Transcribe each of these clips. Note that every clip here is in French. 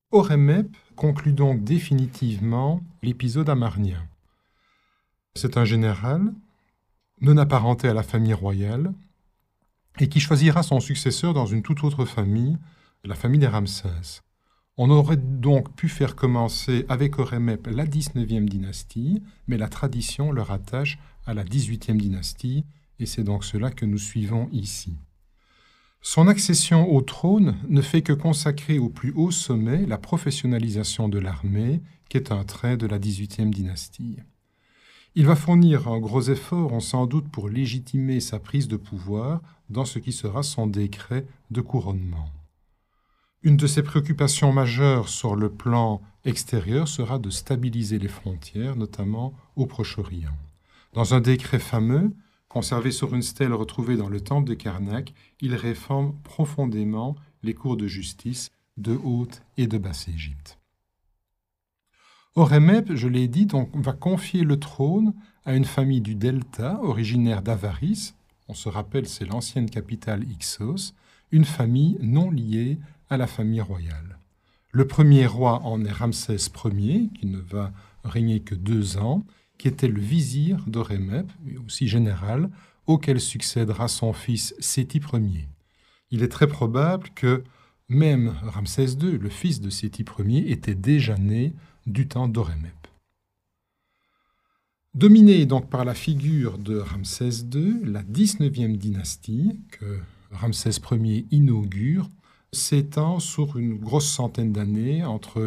Horemheb conclut donc définitivement l'épisode amarnien. C'est un général non apparenté à la famille royale et qui choisira son successeur dans une toute autre famille, la famille des Ramsès. On aurait donc pu faire commencer avec Horemheb la 19e dynastie, mais la tradition le rattache à la 18e dynastie, et c'est donc cela que nous suivons ici. Son accession au trône ne fait que consacrer au plus haut sommet la professionnalisation de l'armée, qui est un trait de la 18e dynastie. Il va fournir un gros effort, sans doute pour légitimer sa prise de pouvoir dans ce qui sera son décret de couronnement. Une de ses préoccupations majeures sur le plan extérieur sera de stabiliser les frontières, notamment au Proche-Orient. Dans un décret fameux, conservé sur une stèle retrouvée dans le temple de Karnak, il réforme profondément les cours de justice de Haute et de Basse-Égypte. Horemheb, je l'ai dit, donc, va confier le trône à une famille du Delta, originaire d'Avaris. On se rappelle, c'est l'ancienne capitale Hyksos, une famille non liée à la famille royale. Le premier roi en est Ramsès Ier, qui ne va régner que 2 ans, qui était le vizir d'Horemheb, et aussi général, auquel succédera son fils Séti Ier. Il est très probable que même Ramsès II, le fils de Séti Ier, était déjà né du temps d'Horemheb. Dominée donc par la figure de Ramsès II, la 19e dynastie, que Ramsès Ier inaugure, s'étend sur une grosse centaine d'années, entre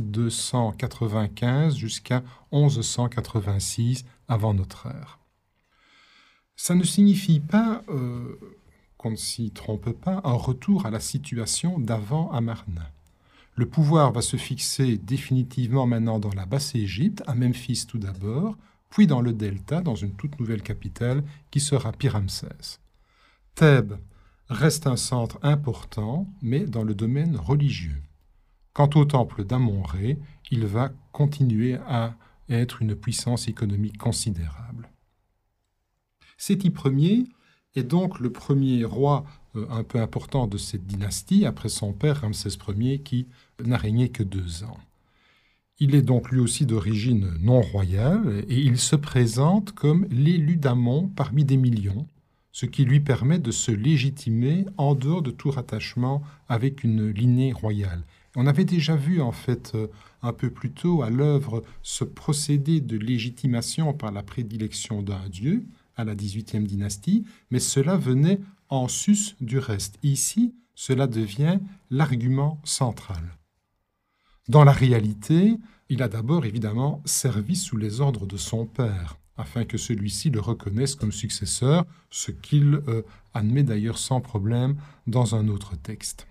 1295 jusqu'à 1186 avant notre ère. Ça ne signifie pas, qu'on ne s'y trompe pas, un retour à la situation d'avant Amarna. Le pouvoir va se fixer définitivement maintenant dans la Basse-Égypte, à Memphis tout d'abord, puis dans le Delta, dans une toute nouvelle capitale qui sera Pi-Ramsès. Thèbes reste un centre important, mais dans le domaine religieux. Quant au temple d'Amon-Ré, il va continuer à être une puissance économique considérable. Séti Ier est donc le premier roi un peu important de cette dynastie, après son père Ramsès Ier, qui n'a régné que 2 ans. Il est donc lui aussi d'origine non royale, et il se présente comme l'élu d'Amon parmi des millions, ce qui lui permet de se légitimer en dehors de tout rattachement avec une lignée royale. On avait déjà vu en fait un peu plus tôt à l'œuvre ce procédé de légitimation par la prédilection d'un dieu à la 18e dynastie, mais cela venait en sus du reste. Ici, cela devient l'argument central. Dans la réalité, il a d'abord évidemment servi sous les ordres de son père, afin que celui-ci le reconnaisse comme successeur, ce qu'il admet d'ailleurs sans problème dans un autre texte.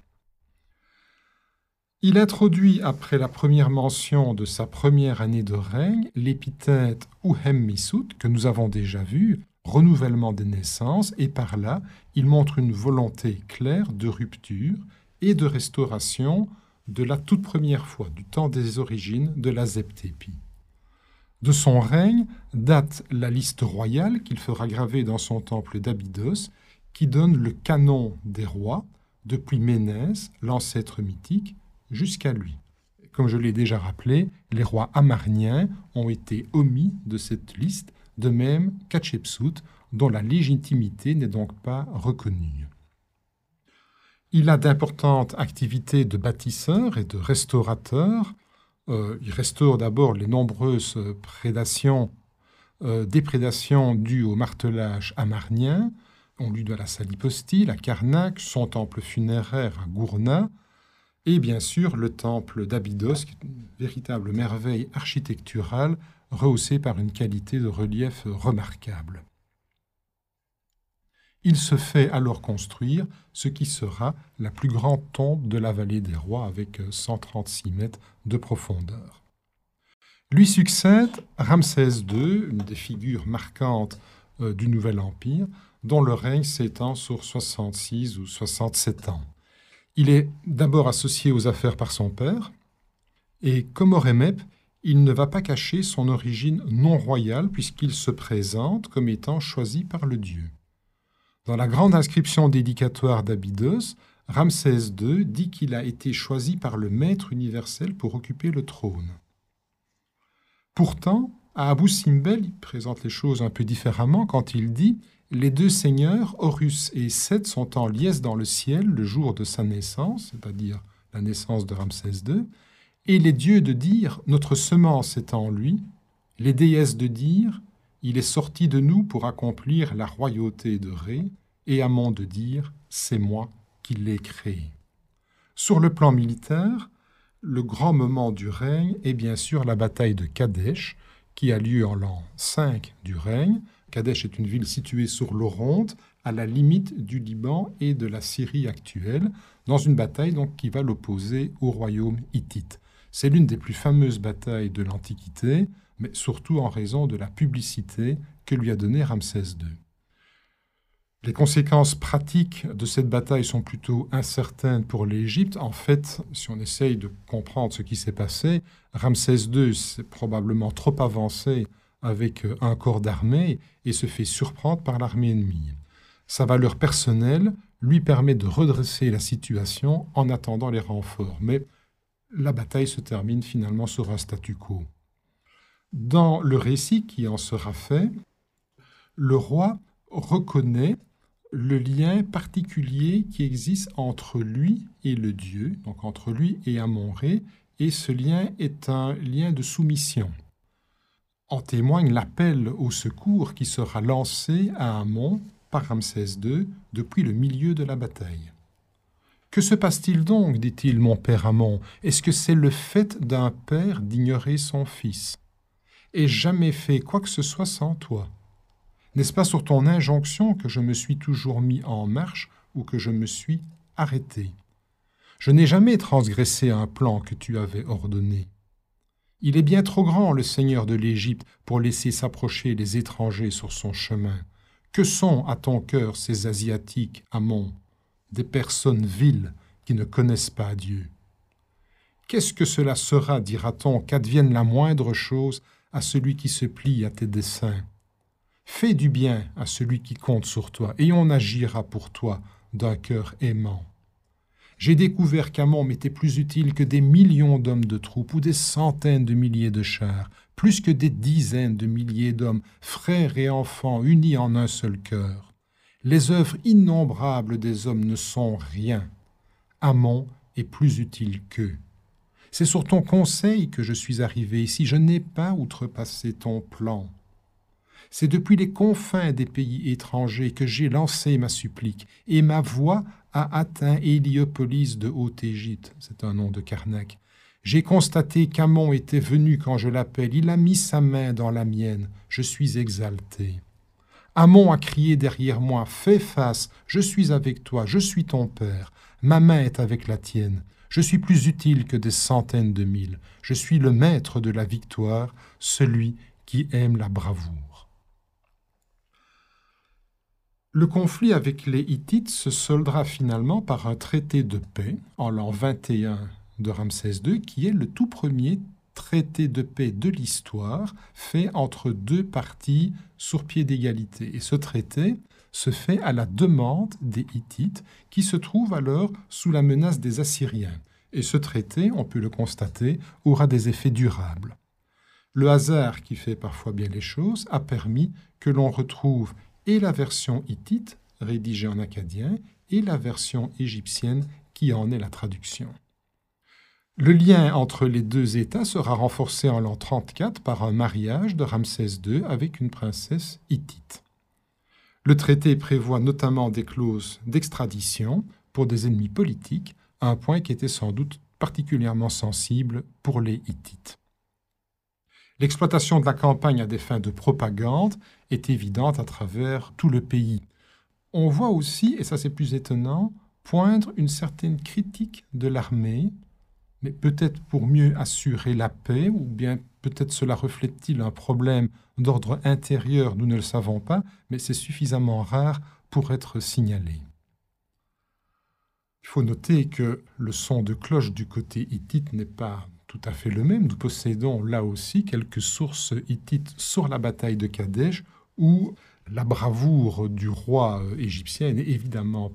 Il introduit, après la première mention de sa première année de règne, l'épithète Ouhem-Missout, que nous avons déjà vu, renouvellement des naissances, et par là, il montre une volonté claire de rupture et de restauration de la toute première fois, du temps des origines de la Zeptépi. De son règne date la liste royale qu'il fera graver dans son temple d'Abydos, qui donne le canon des rois, depuis Ménès, l'ancêtre mythique, jusqu'à lui. Comme je l'ai déjà rappelé, les rois amarniens ont été omis de cette liste, de même qu'Hatshepsut, dont la légitimité n'est donc pas reconnue. Il a d'importantes activités de bâtisseur et de restaurateur. Il restaure d'abord les nombreuses déprédations dues au martelage amarnien. On lui doit la Salipostyle à Karnak, son temple funéraire à Gourna, et bien sûr le temple d'Abydos, qui est une véritable merveille architecturale, rehaussée par une qualité de relief remarquable. Il se fait alors construire ce qui sera la plus grande tombe de la vallée des rois, avec 136 mètres de profondeur. Lui succède Ramsès II, une des figures marquantes du Nouvel Empire, dont le règne s'étend sur 66 ou 67 ans. Il est d'abord associé aux affaires par son père, et comme Horemheb, il ne va pas cacher son origine non royale puisqu'il se présente comme étant choisi par le dieu. Dans la grande inscription dédicatoire d'Abydos, Ramsès II dit qu'il a été choisi par le Maître universel pour occuper le trône. Pourtant, à Abou Simbel, il présente les choses un peu différemment quand il dit « Les deux seigneurs, Horus et Seth, sont en liesse dans le ciel le jour de sa naissance, c'est-à-dire la naissance de Ramsès II, et les dieux de dire « Notre semence est en lui », les déesses de dire « Il est sorti de nous pour accomplir la royauté de Ré », et Amon de dire « C'est moi qui l'ai créé ». Sur le plan militaire, le grand moment du règne est bien sûr la bataille de Kadesh, qui a lieu en l'an 5 du règne. Kadesh est une ville située sur l'Oronte, à la limite du Liban et de la Syrie actuelle, dans une bataille donc qui va l'opposer au royaume hittite. C'est l'une des plus fameuses batailles de l'Antiquité, mais surtout en raison de la publicité que lui a donnée Ramsès II. Les conséquences pratiques de cette bataille sont plutôt incertaines pour l'Égypte. En fait, si on essaye de comprendre ce qui s'est passé, Ramsès II s'est probablement trop avancé avec un corps d'armée et se fait surprendre par l'armée ennemie. Sa valeur personnelle lui permet de redresser la situation en attendant les renforts, mais la bataille se termine finalement sur un statu quo. Dans le récit qui en sera fait, le roi reconnaît le lien particulier qui existe entre lui et le Dieu, donc entre lui et Amon-Ré, et ce lien est un lien de soumission. En témoigne l'appel au secours qui sera lancé à Amon par Ramsès II depuis le milieu de la bataille. « Que se passe-t-il donc, dit-il, mon père Amon? Est-ce que c'est le fait d'un père d'ignorer son fils? Ai-je jamais fait quoi que ce soit sans toi? N'est-ce pas sur ton injonction que je me suis toujours mis en marche ou que je me suis arrêté? Je n'ai jamais transgressé un plan que tu avais ordonné. Il est bien trop grand, le Seigneur de l'Égypte, pour laisser s'approcher les étrangers sur son chemin. Que sont, à ton cœur, ces Asiatiques, Amon? Des personnes viles qui ne connaissent pas Dieu. Qu'est-ce que cela sera, dira-t-on, qu'advienne la moindre chose à celui qui se plie à tes desseins? Fais du bien à celui qui compte sur toi, et on agira pour toi d'un cœur aimant. J'ai découvert qu'Amon m'était plus utile que des millions d'hommes de troupes ou des centaines de milliers de chars, plus que des dizaines de milliers d'hommes, frères et enfants, unis en un seul cœur. Les œuvres innombrables des hommes ne sont rien. Amon est plus utile qu'eux. C'est sur ton conseil que je suis arrivé ici, je n'ai pas outrepassé ton plan. C'est depuis les confins des pays étrangers que j'ai lancé ma supplique, et ma voix a atteint Héliopolis de Haute-Égypte, c'est un nom de Karnak. J'ai constaté qu'Amon était venu quand je l'appelle, il a mis sa main dans la mienne, je suis exalté. Amon a crié derrière moi, fais face, je suis avec toi, je suis ton père, ma main est avec la tienne. Je suis plus utile que des centaines de mille, je suis le maître de la victoire, celui qui aime la bravoure. Le conflit avec les Hittites se soldera finalement par un traité de paix en l'an 21 de Ramsès II, qui est le tout premier traité de paix de l'histoire fait entre deux parties sur pied d'égalité. Et ce traité se fait à la demande des Hittites qui se trouvent alors sous la menace des Assyriens. Et ce traité, on peut le constater, aura des effets durables. Le hasard, qui fait parfois bien les choses, a permis que l'on retrouve et la version hittite, rédigée en akkadien, et la version égyptienne, qui en est la traduction. Le lien entre les deux États sera renforcé en l'an 34 par un mariage de Ramsès II avec une princesse hittite. Le traité prévoit notamment des clauses d'extradition pour des ennemis politiques, un point qui était sans doute particulièrement sensible pour les Hittites. L'exploitation de la campagne à des fins de propagande est évidente à travers tout le pays. On voit aussi, et ça c'est plus étonnant, poindre une certaine critique de l'armée, mais peut-être pour mieux assurer la paix, ou bien peut-être cela reflète-t-il un problème d'ordre intérieur, nous ne le savons pas, mais c'est suffisamment rare pour être signalé. Il faut noter que le son de cloche du côté hittite n'est pas tout à fait le même. Nous possédons là aussi quelques sources hittites sur la bataille de Kadesh, où la bravoure du roi égyptien n'est évidemment pas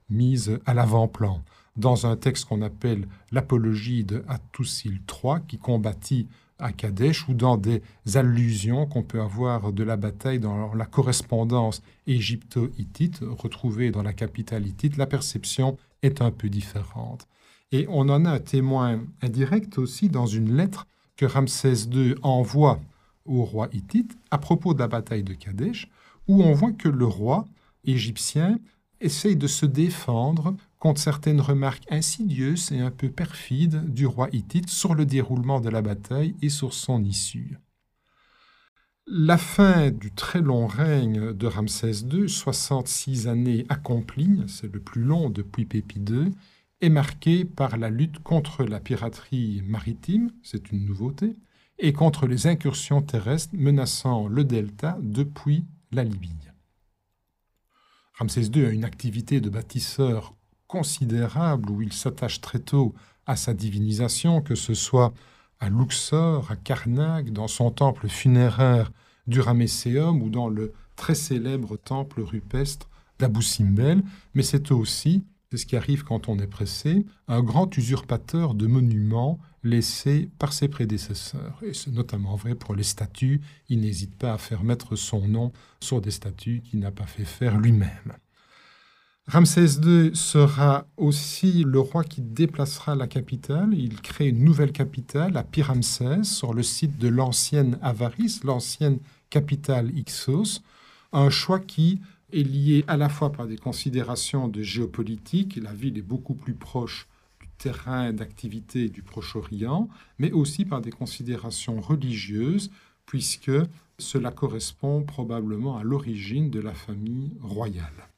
mise à l'avant-plan, dans un texte qu'on appelle l'Apologie de Hattusil III, qui combattit à Kadesh, ou dans des allusions qu'on peut avoir de la bataille dans la correspondance égypto-hittite retrouvée dans la capitale hittite, la perception est un peu différente. Et on en a un témoin indirect aussi dans une lettre que Ramsès II envoie au roi hittite à propos de la bataille de Kadesh, où on voit que le roi égyptien essaye de se défendre contre certaines remarques insidieuses et un peu perfides du roi hittite sur le déroulement de la bataille et sur son issue. La fin du très long règne de Ramsès II, 66 années accomplies, c'est le plus long depuis Pépi II, est marquée par la lutte contre la piraterie maritime, c'est une nouveauté, et contre les incursions terrestres menaçant le delta depuis la Libye. Ramsès II a une activité de bâtisseur considérable où il s'attache très tôt à sa divinisation, que ce soit à Luxor, à Karnak, dans son temple funéraire du Ramesséum ou dans le très célèbre temple rupestre d'Abou Simbel, mais c'est aussi, c'est ce qui arrive quand on est pressé, un grand usurpateur de monuments laissés par ses prédécesseurs. Et c'est notamment vrai pour les statues. Il n'hésite pas à faire mettre son nom sur des statues qu'il n'a pas fait faire lui-même. Ramsès II sera aussi le roi qui déplacera la capitale. Il crée une nouvelle capitale à Pi-Ramsès, sur le site de l'ancienne Avaris, l'ancienne capitale Hyksos, un choix qui est lié à la fois par des considérations de géopolitique, la ville est beaucoup plus proche du terrain d'activité du Proche-Orient, mais aussi par des considérations religieuses, puisque cela correspond probablement à l'origine de la famille royale.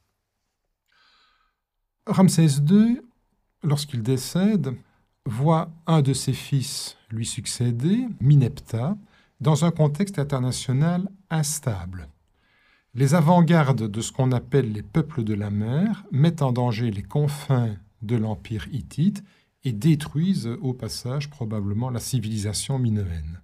Ramsès II, lorsqu'il décède, voit un de ses fils lui succéder, Mineptah, dans un contexte international instable. Les avant-gardes de ce qu'on appelle les peuples de la mer mettent en danger les confins de l'empire hittite et détruisent au passage probablement la civilisation minoenne.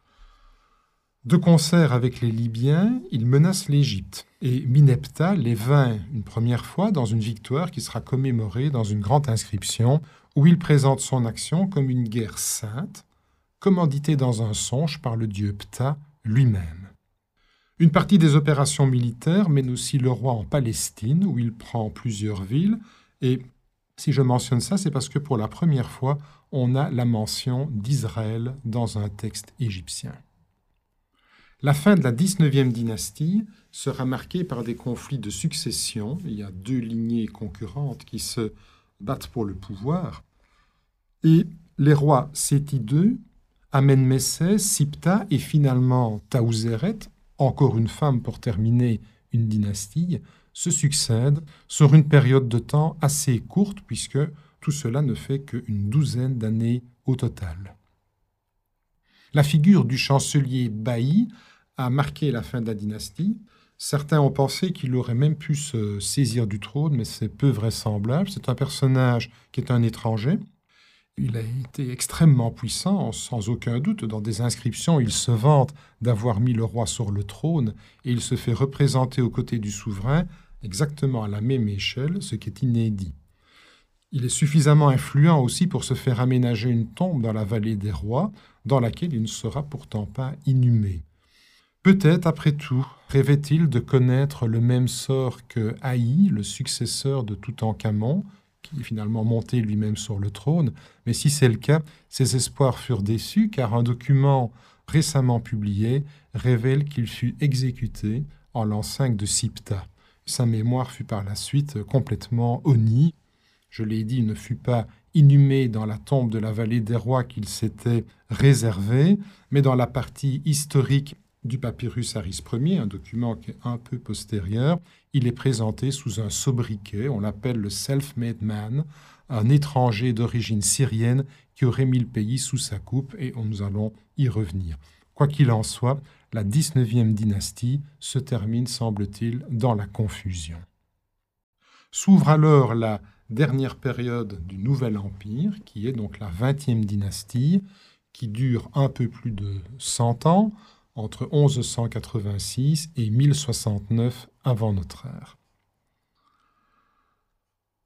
De concert avec les Libyens, ils menacent l'Égypte. Et Mineptah les vainc une première fois dans une victoire qui sera commémorée dans une grande inscription où il présente son action comme une guerre sainte, commanditée dans un songe par le dieu Ptah lui-même. Une partie des opérations militaires mène aussi le roi en Palestine où il prend plusieurs villes. Et si je mentionne ça, c'est parce que pour la première fois, on a la mention d'Israël dans un texte égyptien. La fin de la 19e dynastie sera marquée par des conflits de succession. Il y a deux lignées concurrentes qui se battent pour le pouvoir. Et les rois Séti II, Amenmessès, Siptah et finalement Taouzéret, encore une femme pour terminer une dynastie, se succèdent sur une période de temps assez courte puisque tout cela ne fait qu'une douzaine d'années au total. La figure du chancelier Bailly a marqué la fin de la dynastie. Certains ont pensé qu'il aurait même pu se saisir du trône, mais c'est peu vraisemblable. C'est un personnage qui est un étranger. Il a été extrêmement puissant, sans aucun doute. Dans des inscriptions, il se vante d'avoir mis le roi sur le trône et il se fait représenter aux côtés du souverain exactement à la même échelle, ce qui est inédit. Il est suffisamment influent aussi pour se faire aménager une tombe dans la vallée des rois, dans laquelle il ne sera pourtant pas inhumé. Peut-être, après tout, rêvait-il de connaître le même sort que Haï, le successeur de Toutankhamon, qui est finalement monté lui-même sur le trône. Mais si c'est le cas, ses espoirs furent déçus, car un document récemment publié révèle qu'il fut exécuté en l'an 5 de Siptah. Sa mémoire fut par la suite complètement honnie. Je l'ai dit, il ne fut pas inhumé dans la tombe de la vallée des rois qu'il s'était réservée, mais dans la partie historique du papyrus Harris Ier, un document qui est un peu postérieur. Il est présenté sous un sobriquet, on l'appelle le self-made man, un étranger d'origine syrienne qui aurait mis le pays sous sa coupe, et nous allons y revenir. Quoi qu'il en soit, la 19e dynastie se termine, semble-t-il, dans la confusion. S'ouvre alors la dernière période du Nouvel Empire, qui est donc la 20e dynastie, qui dure un peu plus de 100 ans, entre 1186 et 1069 avant notre ère.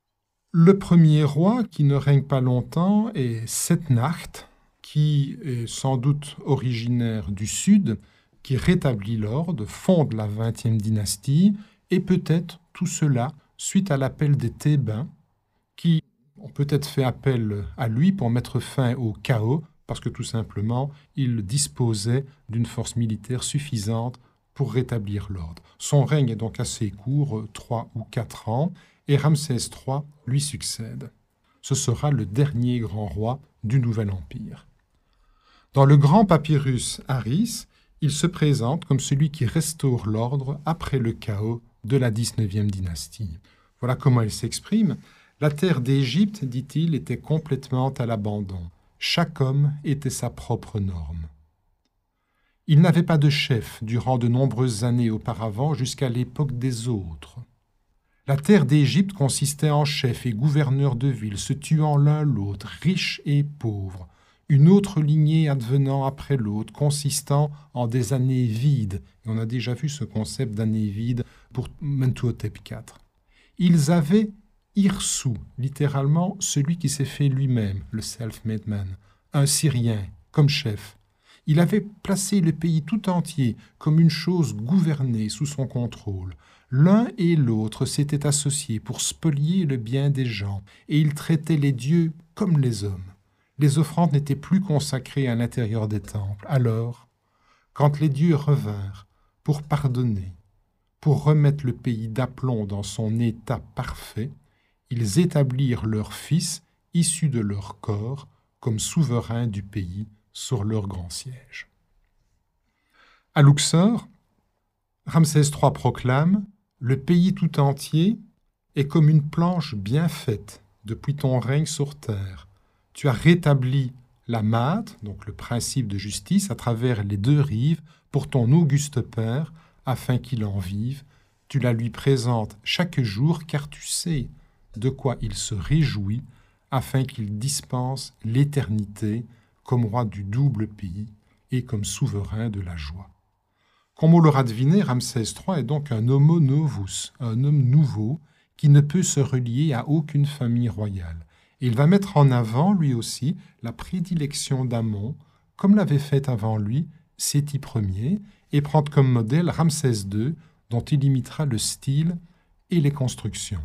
Le premier roi, qui ne règne pas longtemps, est Setnacht, qui est sans doute originaire du sud, qui rétablit l'ordre, fonde la 20e dynastie, et peut-être tout cela suite à l'appel des Thébains, qui ont peut-être fait appel à lui pour mettre fin au chaos, parce que tout simplement, il disposait d'une force militaire suffisante pour rétablir l'ordre. Son règne est donc assez court, 3 ou 4 ans, et Ramsès III lui succède. Ce sera le dernier grand roi du Nouvel Empire. Dans le grand papyrus Harris, il se présente comme celui qui restaure l'ordre après le chaos de la 19e dynastie. Voilà comment il s'exprime. La terre d'Égypte, dit-il, était complètement à l'abandon. Chaque homme était sa propre norme. Il n'avait pas de chef durant de nombreuses années auparavant jusqu'à l'époque des autres. La terre d'Égypte consistait en chefs et gouverneurs de ville, se tuant l'un l'autre, riches et pauvres, une autre lignée advenant après l'autre, consistant en des années vides. Et on a déjà vu ce concept d'années vides pour Mentuhotep IV. Ils avaient Hirsou, littéralement celui qui s'est fait lui-même, le self-made man, un Syrien, comme chef. Il avait placé le pays tout entier comme une chose gouvernée sous son contrôle. L'un et l'autre s'étaient associés pour spolier le bien des gens, et ils traitaient les dieux comme les hommes. Les offrandes n'étaient plus consacrées à l'intérieur des temples. Alors, quand les dieux revinrent pour pardonner, pour remettre le pays d'aplomb dans son état parfait, ils établirent leur fils, issu de leur corps, comme souverain du pays sur leur grand siège. À Luxor, Ramsès III proclame « Le pays tout entier est comme une planche bien faite depuis ton règne sur terre. Tu as rétabli la Maat, donc le principe de justice, à travers les deux rives pour ton auguste père, afin qu'il en vive. Tu la lui présentes chaque jour, car tu sais de quoi il se réjouit, afin qu'il dispense l'éternité comme roi du double pays et comme souverain de la joie. » Comme on l'aura deviné, Ramsès III est donc un homo novus, un homme nouveau qui ne peut se relier à aucune famille royale. Et il va mettre en avant, lui aussi, la prédilection d'Amon, comme l'avait fait avant lui Séti Ier, et prendre comme modèle Ramsès II, dont il imitera le style et les constructions.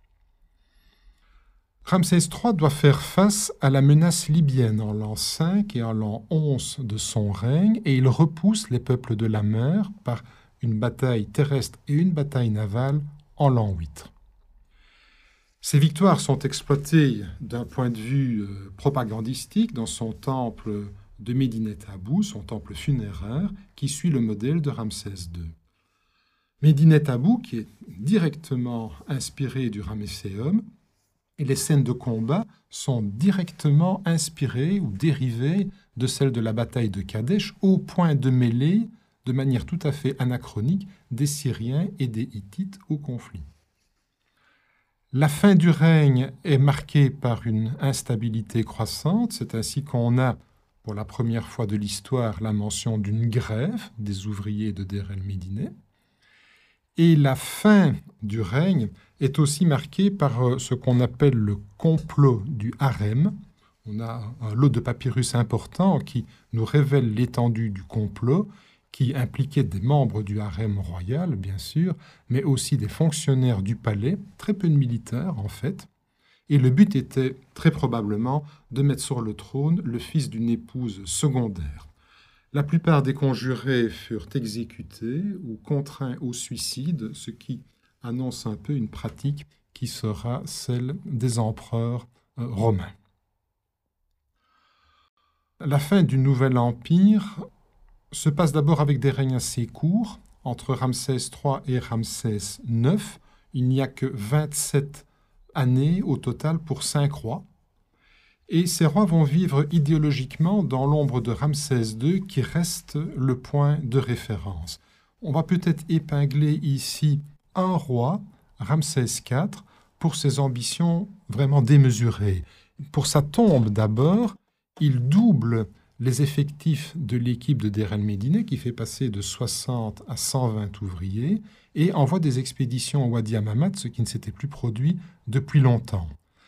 Ramsès III doit faire face à la menace libyenne en l'an 5 et en l'an 11 de son règne, et il repousse les peuples de la mer par une bataille terrestre et une bataille navale en l'an 8. Ces victoires sont exploitées d'un point de vue propagandistique dans son temple de Médinet Abou, son temple funéraire, qui suit le modèle de Ramsès II. Médinet Abou, qui est directement inspiré du Ramesséum, et les scènes de combat sont directement inspirées ou dérivées de celles de la bataille de Kadesh, au point de mêler, de manière tout à fait anachronique, des Syriens et des Hittites au conflit. La fin du règne est marquée par une instabilité croissante. C'est ainsi qu'on a, pour la première fois de l'histoire, la mention d'une grève des ouvriers de Der el-Médineh. Et la fin du règne est aussi marquée par ce qu'on appelle le complot du harem. On a un lot de papyrus important qui nous révèle l'étendue du complot, qui impliquait des membres du harem royal, bien sûr, mais aussi des fonctionnaires du palais, très peu de militaires en fait. Et le but était très probablement de mettre sur le trône le fils d'une épouse secondaire. La plupart des conjurés furent exécutés ou contraints au suicide, ce qui annonce un peu une pratique qui sera celle des empereurs romains. La fin du Nouvel Empire se passe d'abord avec des règnes assez courts. Entre Ramsès III et Ramsès IX, il n'y a que 27 années au total pour 5 rois. Et ces rois vont vivre idéologiquement dans l'ombre de Ramsès II, qui reste le point de référence. On va peut-être épingler ici un roi, Ramsès IV, pour ses ambitions vraiment démesurées. Pour sa tombe d'abord, il double les effectifs de l'équipe de Der el-Médineh, qui fait passer de 60 à 120 ouvriers, et envoie des expéditions au Wadi Hammamat, ce qui ne s'était plus produit depuis longtemps.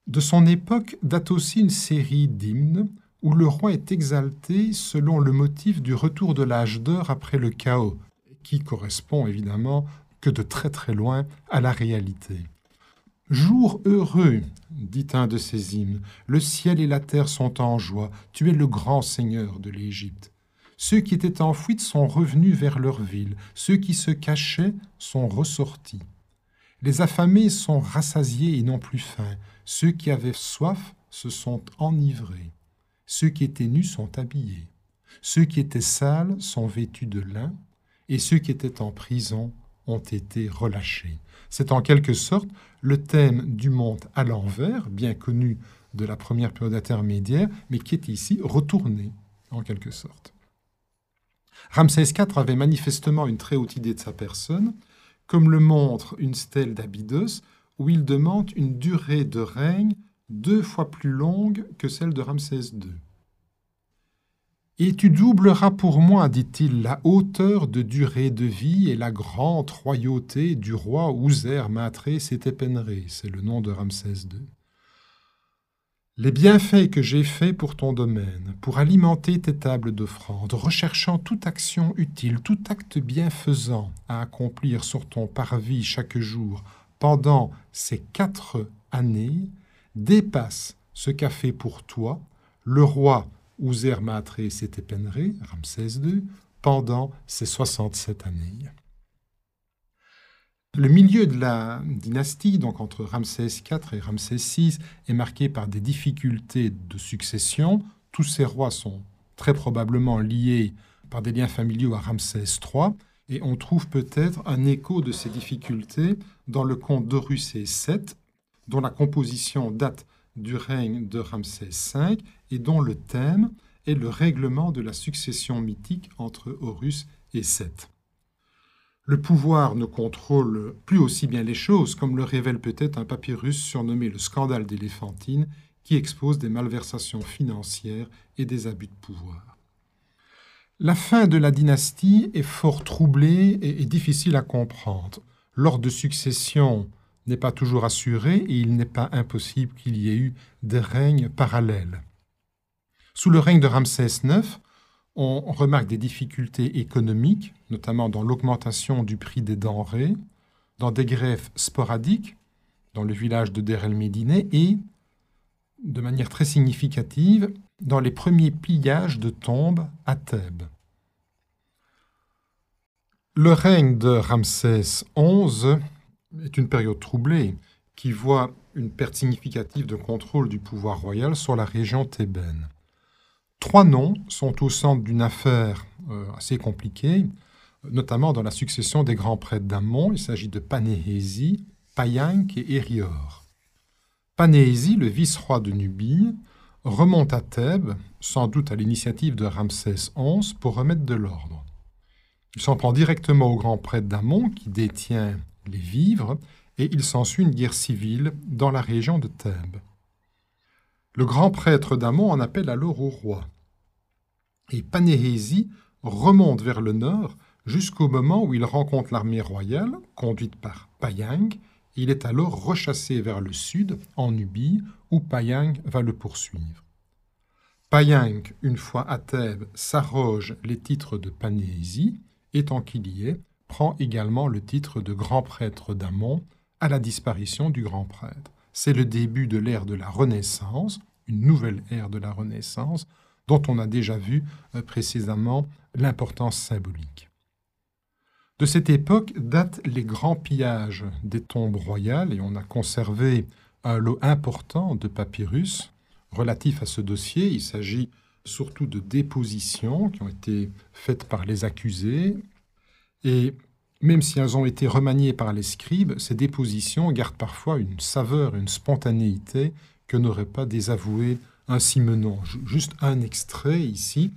De son époque date aussi une série d'hymnes où le roi est exalté selon le motif du retour de l'âge d'or après le chaos, qui correspond évidemment que de très très loin à la réalité. Jour heureux, dit un de ces hymnes, le ciel et la terre sont en joie, tu es le grand seigneur de l'Égypte. Ceux qui étaient en fuite sont revenus vers leur ville, ceux qui se cachaient sont ressortis. Les affamés sont rassasiés et n'ont plus faim, ceux qui avaient soif se sont enivrés, ceux qui étaient nus sont habillés, ceux qui étaient sales sont vêtus de lin, et ceux qui étaient en prison ont été relâchés. C'est en quelque sorte le thème du monde à l'envers, bien connu de la première période intermédiaire, mais qui est ici retourné, en quelque sorte. Ramsès IV avait manifestement une très haute idée de sa personne, comme le montre une stèle d'Abydos, où il demande une durée de règne 2 fois plus longue que celle de Ramsès II. Et tu doubleras pour moi, dit-il, la hauteur de durée de vie et la grande royauté du roi Ouser-Matré-Sétépenré, c'est le nom de Ramsès II. Les bienfaits que j'ai faits pour ton domaine, pour alimenter tes tables d'offrande, recherchant toute action utile, tout acte bienfaisant à accomplir sur ton parvis chaque jour pendant ces 4 années, dépassent ce qu'a fait pour toi le roi Ouser-Matré-Sétépenré, Ramsès II, pendant ces 67 années. Le milieu de la dynastie, donc entre Ramsès IV et Ramsès VI, est marqué par des difficultés de succession. Tous ces rois sont très probablement liés par des liens familiaux à Ramsès III, et on trouve peut-être un écho de ces difficultés dans le conte d'Horus et Seth, dont la composition date du règne de Ramsès V et dont le thème est le règlement de la succession mythique entre Horus et Seth. Le pouvoir ne contrôle plus aussi bien les choses, comme le révèle peut-être un papyrus surnommé le scandale d'Éléphantine, qui expose des malversations financières et des abus de pouvoir. La fin de la dynastie est fort troublée et difficile à comprendre. L'ordre de succession n'est pas toujours assuré et il n'est pas impossible qu'il y ait eu des règnes parallèles. Sous le règne de Ramsès IX, on remarque des difficultés économiques, notamment dans l'augmentation du prix des denrées, dans des greffes sporadiques, dans le village de Der el-Médineh et, de manière très significative, dans les premiers pillages de tombes à Thèbes. Le règne de Ramsès XI est une période troublée qui voit une perte significative de contrôle du pouvoir royal sur la région thébaine. 3 noms sont au centre d'une affaire assez compliquée, notamment dans la succession des grands prêtres d'Amon. Il s'agit de Panéhésie, Payank et Hérior. Panéhésie, le vice-roi de Nubie, remonte à Thèbes, sans doute à l'initiative de Ramsès XI, pour remettre de l'ordre. Il s'en prend directement au grand prêtre d'Amon, qui détient les vivres, et il s'ensuit une guerre civile dans la région de Thèbes. Le grand prêtre d'Amon en appelle alors au roi. Et Panéhésie remonte vers le nord jusqu'au moment où il rencontre l'armée royale, conduite par Payank, et il est alors rechassé vers le sud, en Nubie, où Payank va le poursuivre. Payank, une fois à Thèbes, s'arroge les titres de Panéhésie, et tant qu'il y est, prend également le titre de grand prêtre d'Amon à la disparition du grand prêtre. C'est le début de l'ère de la Renaissance, une nouvelle ère de la Renaissance, dont on a déjà vu précisément l'importance symbolique. De cette époque datent les grands pillages des tombes royales et on a conservé un lot important de papyrus relatifs à ce dossier. Il s'agit surtout de dépositions qui ont été faites par les accusés et même si elles ont été remaniées par les scribes, ces dépositions gardent parfois une saveur, une spontanéité que n'aurait pas désavoué un Simenon. Juste un extrait ici.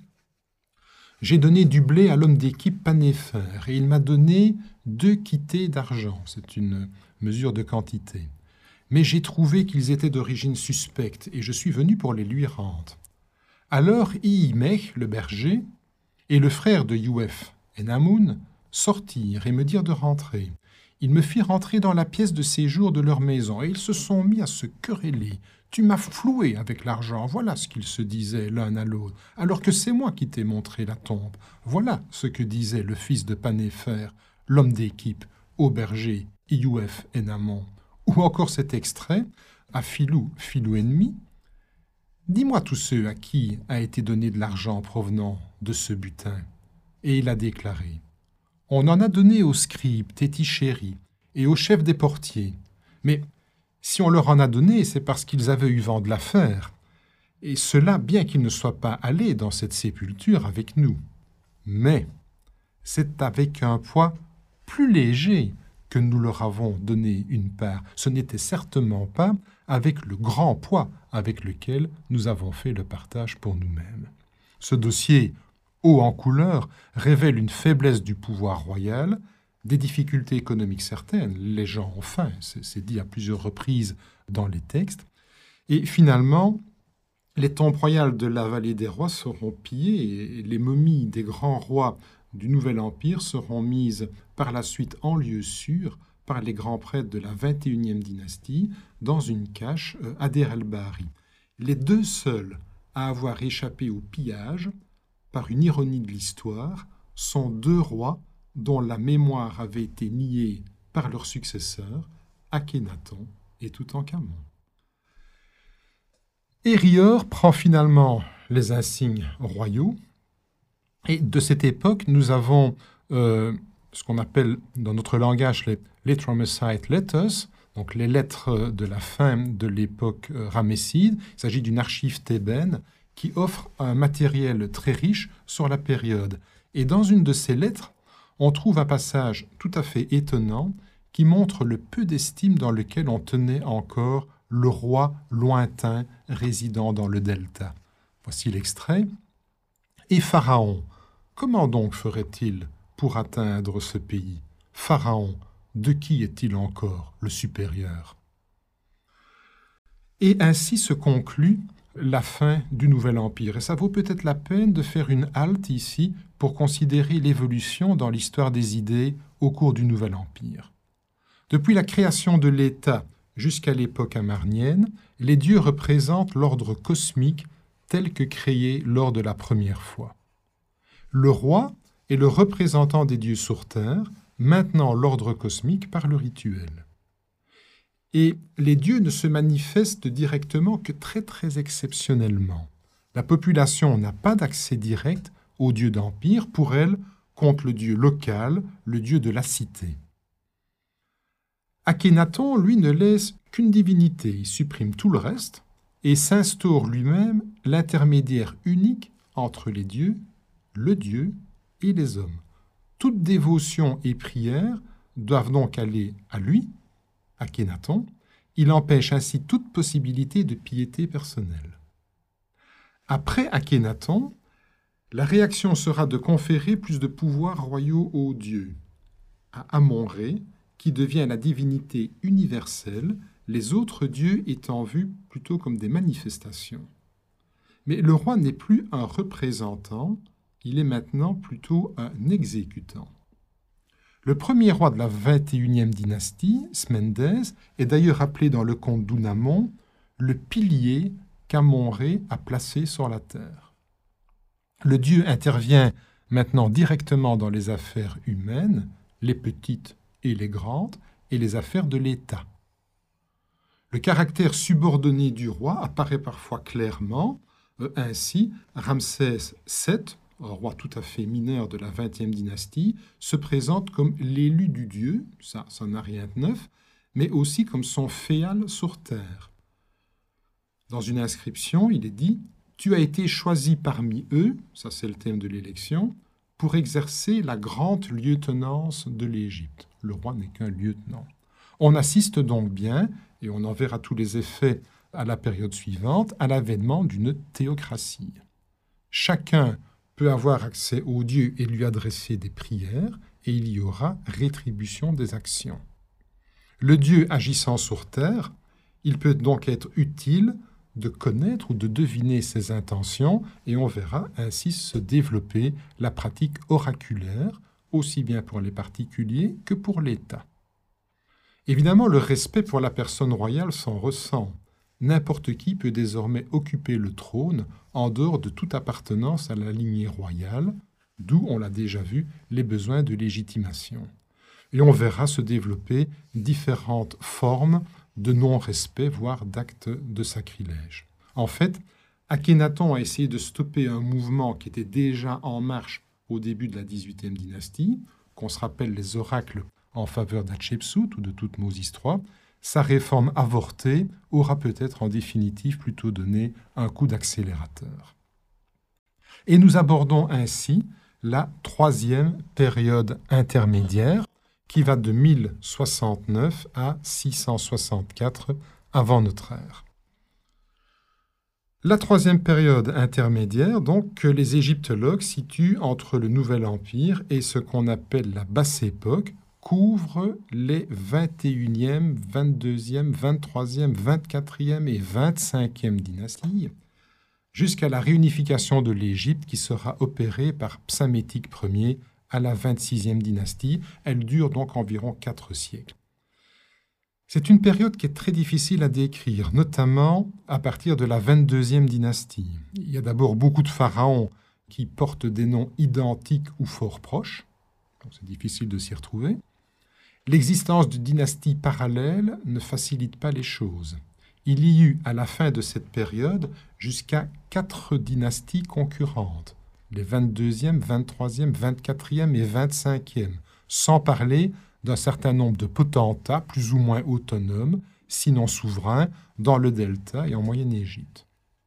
« J'ai donné du blé à l'homme d'équipe Panéphère, et il m'a donné 2 quittés d'argent. » C'est une mesure de quantité. « Mais j'ai trouvé qu'ils étaient d'origine suspecte, et je suis venu pour les lui rendre. » Alors Iimech, le berger, et le frère de Youef, Enamoun, sortirent et me dirent de rentrer. Il me fit rentrer dans la pièce de séjour de leur maison, et ils se sont mis à se quereller. Tu m'as floué avec l'argent, voilà ce qu'ils se disaient l'un à l'autre, alors que c'est moi qui t'ai montré la tombe. Voilà ce que disait le fils de Panéfer, l'homme d'équipe, au berger, Iouf Enamon. Ou encore cet extrait, à Philou ennemi. Dis-moi tous ceux à qui a été donné de l'argent provenant de ce butin. Et il a déclaré, on en a donné aux scribes, Tétichéri, et aux chefs des portiers. Mais si on leur en a donné, c'est parce qu'ils avaient eu vent de l'affaire. Et cela, bien qu'ils ne soient pas allés dans cette sépulture avec nous. Mais c'est avec un poids plus léger que nous leur avons donné une part. Ce n'était certainement pas avec le grand poids avec lequel nous avons fait le partage pour nous-mêmes. Ce dossier, haut en couleur, révèle une faiblesse du pouvoir royal, des difficultés économiques certaines. Les gens ont faim, c'est dit à plusieurs reprises dans les textes. Et finalement, les tombes royales de la vallée des rois seront pillées et les momies des grands rois du Nouvel Empire seront mises par la suite en lieu sûr par les grands prêtres de la 21e dynastie dans une cache à Der el-Bahari. Les deux seuls à avoir échappé au pillage, par une ironie de l'histoire, sont deux rois dont la mémoire avait été niée par leurs successeurs, Akhénaton et Toutankhamon. Hérior prend finalement les insignes royaux, et de cette époque, nous avons ce qu'on appelle dans notre langage les Letramesside Letters, donc les lettres de la fin de l'époque ramesside. Il s'agit d'une archive thébaine qui offre un matériel très riche sur la période. Et dans une de ces lettres, on trouve un passage tout à fait étonnant qui montre le peu d'estime dans lequel on tenait encore le roi lointain résidant dans le delta. Voici l'extrait. Et Pharaon, comment donc ferait-il pour atteindre ce pays? Pharaon, de qui est-il encore le supérieur? Et ainsi se conclut la fin du Nouvel Empire. Et ça vaut peut-être la peine de faire une halte ici pour considérer l'évolution dans l'histoire des idées au cours du Nouvel Empire. Depuis la création de l'État jusqu'à l'époque amarnienne, les dieux représentent l'ordre cosmique tel que créé lors de la première fois. Le roi est le représentant des dieux sur terre, maintenant l'ordre cosmique par le rituel. Et les dieux ne se manifestent directement que très exceptionnellement. La population n'a pas d'accès direct au dieu d'empire, pour elle compte le dieu local, le dieu de la cité. Akhénaton, lui, ne laisse qu'une divinité, il supprime tout le reste et s'instaure lui-même l'intermédiaire unique entre les dieux, le dieu et les hommes. Toute dévotion et prière doivent donc aller à lui, Akhénaton. Il empêche ainsi toute possibilité de piété personnelle. Après Akhénaton, la réaction sera de conférer plus de pouvoirs royaux aux dieux. À Amon-Ré, qui devient la divinité universelle, les autres dieux étant vus plutôt comme des manifestations. Mais le roi n'est plus un représentant, il est maintenant plutôt un exécutant. Le premier roi de la 21e dynastie, Smendès, est d'ailleurs appelé dans le conte d'Ounamon le pilier qu'Amon-Ré a placé sur la terre. Le dieu intervient maintenant directement dans les affaires humaines, les petites et les grandes, et les affaires de l'État. Le caractère subordonné du roi apparaît parfois clairement. Ainsi, Ramsès VII, un roi tout à fait mineur de la 20e dynastie, se présente comme l'élu du dieu, ça n'a rien de neuf, mais aussi comme son féal sur terre. Dans une inscription, il est dit « Tu as été choisi parmi eux », ça c'est le thème de l'élection, pour exercer la grande lieutenance de l'Égypte. Le roi n'est qu'un lieutenant. On assiste donc bien, et on en verra tous les effets à la période suivante, à l'avènement d'une théocratie. Chacun peut avoir accès au Dieu et lui adresser des prières, et il y aura rétribution des actions. Le Dieu agissant sur terre, il peut donc être utile de connaître ou de deviner ses intentions, et on verra ainsi se développer la pratique oraculaire, aussi bien pour les particuliers que pour l'État. Évidemment, le respect pour la personne royale s'en ressent. N'importe qui peut désormais occuper le trône en dehors de toute appartenance à la lignée royale, d'où, on l'a déjà vu, les besoins de légitimation. Et on verra se développer différentes formes de non-respect, voire d'actes de sacrilège. En fait, Akhénaton a essayé de stopper un mouvement qui était déjà en marche au début de la XVIIIe dynastie, qu'on se rappelle les oracles en faveur d'Hatshepsut ou de Toutmoses III. Sa réforme avortée aura peut-être en définitive plutôt donné un coup d'accélérateur. Et nous abordons ainsi la troisième période intermédiaire qui va de 1069 à 664 avant notre ère. La troisième période intermédiaire, donc, que les égyptologues situent entre le Nouvel Empire et ce qu'on appelle la Basse Époque, couvre les 21e, 22e, 23e, 24e et 25e dynasties, jusqu'à la réunification de l'Égypte qui sera opérée par Psamétique Ier à la 26e dynastie. Elle dure donc environ 4 siècles. C'est une période qui est très difficile à décrire, notamment à partir de la 22e dynastie. Il y a d'abord beaucoup de pharaons qui portent des noms identiques ou fort proches, donc c'est difficile de s'y retrouver. L'existence de dynasties parallèles ne facilite pas les choses. Il y eut à la fin de cette période jusqu'à 4 dynasties concurrentes, les 22e, 23e, 24e et 25e, sans parler d'un certain nombre de potentats plus ou moins autonomes, sinon souverains, dans le Delta et en Moyenne-Égypte.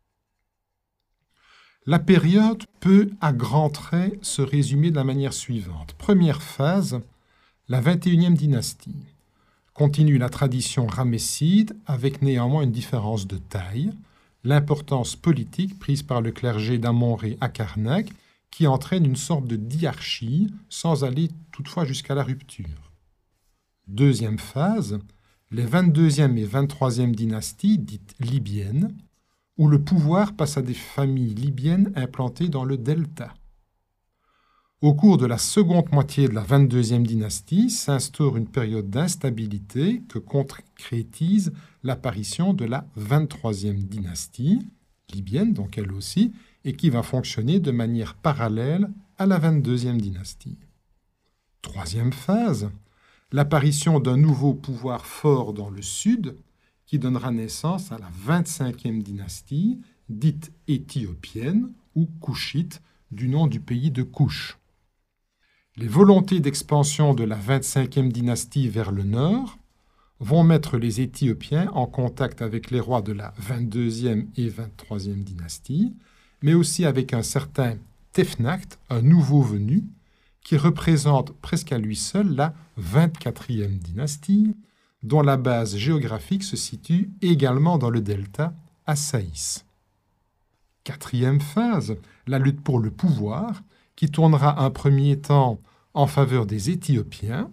La période peut, à grands traits, se résumer de la manière suivante. Première phase, la 21e dynastie. Continue la tradition ramesside, avec néanmoins une différence de taille, l'importance politique prise par le clergé d'Amon-Ré à Karnak, qui entraîne une sorte de diarchie, sans aller toutefois jusqu'à la rupture. Deuxième phase, les 22e et 23e dynasties, dites libyennes, où le pouvoir passe à des familles libyennes implantées dans le delta. Au cours de la seconde moitié de la 22e dynastie s'instaure une période d'instabilité que concrétise l'apparition de la 23e dynastie, libyenne donc elle aussi, et qui va fonctionner de manière parallèle à la 22e dynastie. Troisième phase, l'apparition d'un nouveau pouvoir fort dans le sud qui donnera naissance à la 25e dynastie, dite éthiopienne ou couchite, du nom du pays de Couche. Les volontés d'expansion de la 25e dynastie vers le nord vont mettre les Éthiopiens en contact avec les rois de la 22e et 23e dynastie, mais aussi avec un certain Tefnacht, un nouveau venu, qui représente presque à lui seul la 24e dynastie, dont la base géographique se situe également dans le delta, à Saïs. Quatrième phase, la lutte pour le pouvoir, qui tournera un premier temps en faveur des Éthiopiens.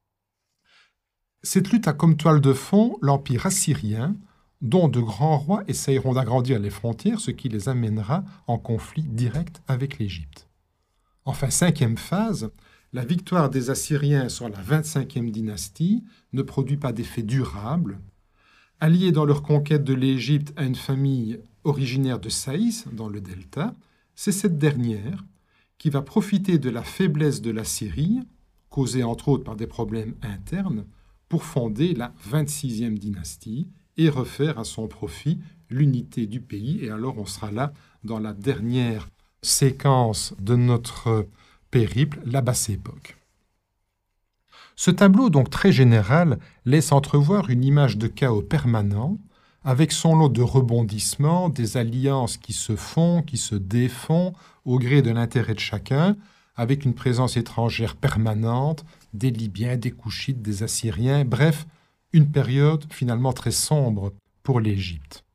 Cette lutte a comme toile de fond l'empire assyrien, dont de grands rois essayeront d'agrandir les frontières, ce qui les amènera en conflit direct avec l'Égypte. Enfin, cinquième phase, la victoire des Assyriens sur la 25e dynastie ne produit pas d'effet durable. Alliés dans leur conquête de l'Égypte à une famille originaire de Saïs, dans le delta, c'est cette dernière qui va profiter de la faiblesse de la Syrie, causée entre autres par des problèmes internes, pour fonder la 26e dynastie et refaire à son profit l'unité du pays. Et alors on sera là dans la dernière séquence de notre périple, la Basse Époque. Ce tableau, donc très général, laisse entrevoir une image de chaos permanent, avec son lot de rebondissements, des alliances qui se font, qui se défont, au gré de l'intérêt de chacun, avec une présence étrangère permanente, des Libyens, des Couchites, des Assyriens, bref, une période finalement très sombre pour l'Égypte.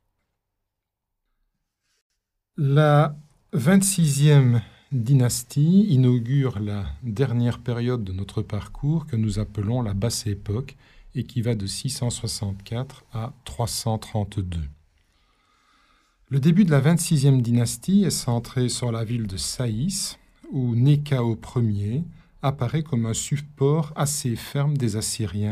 La 26e dynastie inaugure la dernière période de notre parcours que nous appelons la Basse Époque et qui va de 664 à 332. Le début de la 26e dynastie est centré sur la ville de Saïs, où Néchao Ier apparaît comme un support assez ferme des Assyriens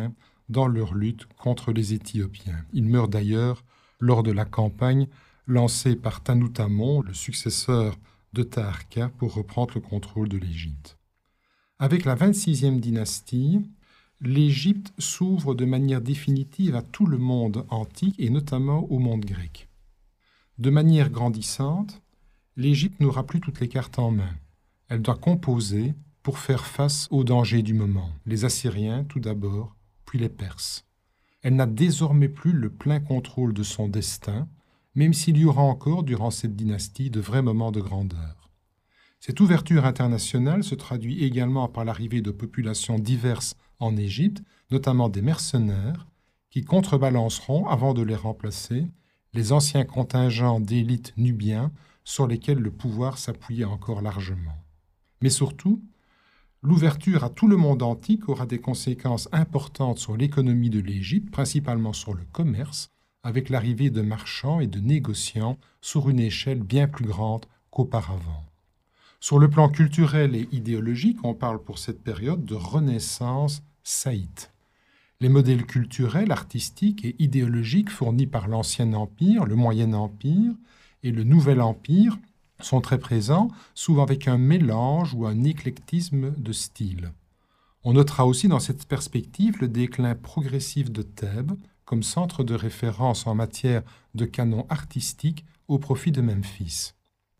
dans leur lutte contre les Éthiopiens. Ils meurent d'ailleurs lors de la campagne lancée par Tanoutamon, le successeur de Taharqa, pour reprendre le contrôle de l'Égypte. Avec la 26e dynastie, l'Égypte s'ouvre de manière définitive à tout le monde antique et notamment au monde grec. De manière grandissante, l'Égypte n'aura plus toutes les cartes en main. Elle doit composer pour faire face aux dangers du moment, les Assyriens tout d'abord, puis les Perses. Elle n'a désormais plus le plein contrôle de son destin, même s'il y aura encore, durant cette dynastie, de vrais moments de grandeur. Cette ouverture internationale se traduit également par l'arrivée de populations diverses en Égypte, notamment des mercenaires, qui contrebalanceront, avant de les remplacer, les anciens contingents d'élites nubiens sur lesquels le pouvoir s'appuyait encore largement. Mais surtout, l'ouverture à tout le monde antique aura des conséquences importantes sur l'économie de l'Égypte, principalement sur le commerce, avec l'arrivée de marchands et de négociants sur une échelle bien plus grande qu'auparavant. Sur le plan culturel et idéologique, on parle pour cette période de renaissance saïte. Les modèles culturels, artistiques et idéologiques fournis par l'Ancien Empire, le Moyen Empire et le Nouvel Empire sont très présents, souvent avec un mélange ou un éclectisme de styles. On notera aussi dans cette perspective le déclin progressif de Thèbes comme centre de référence en matière de canon artistique au profit de Memphis.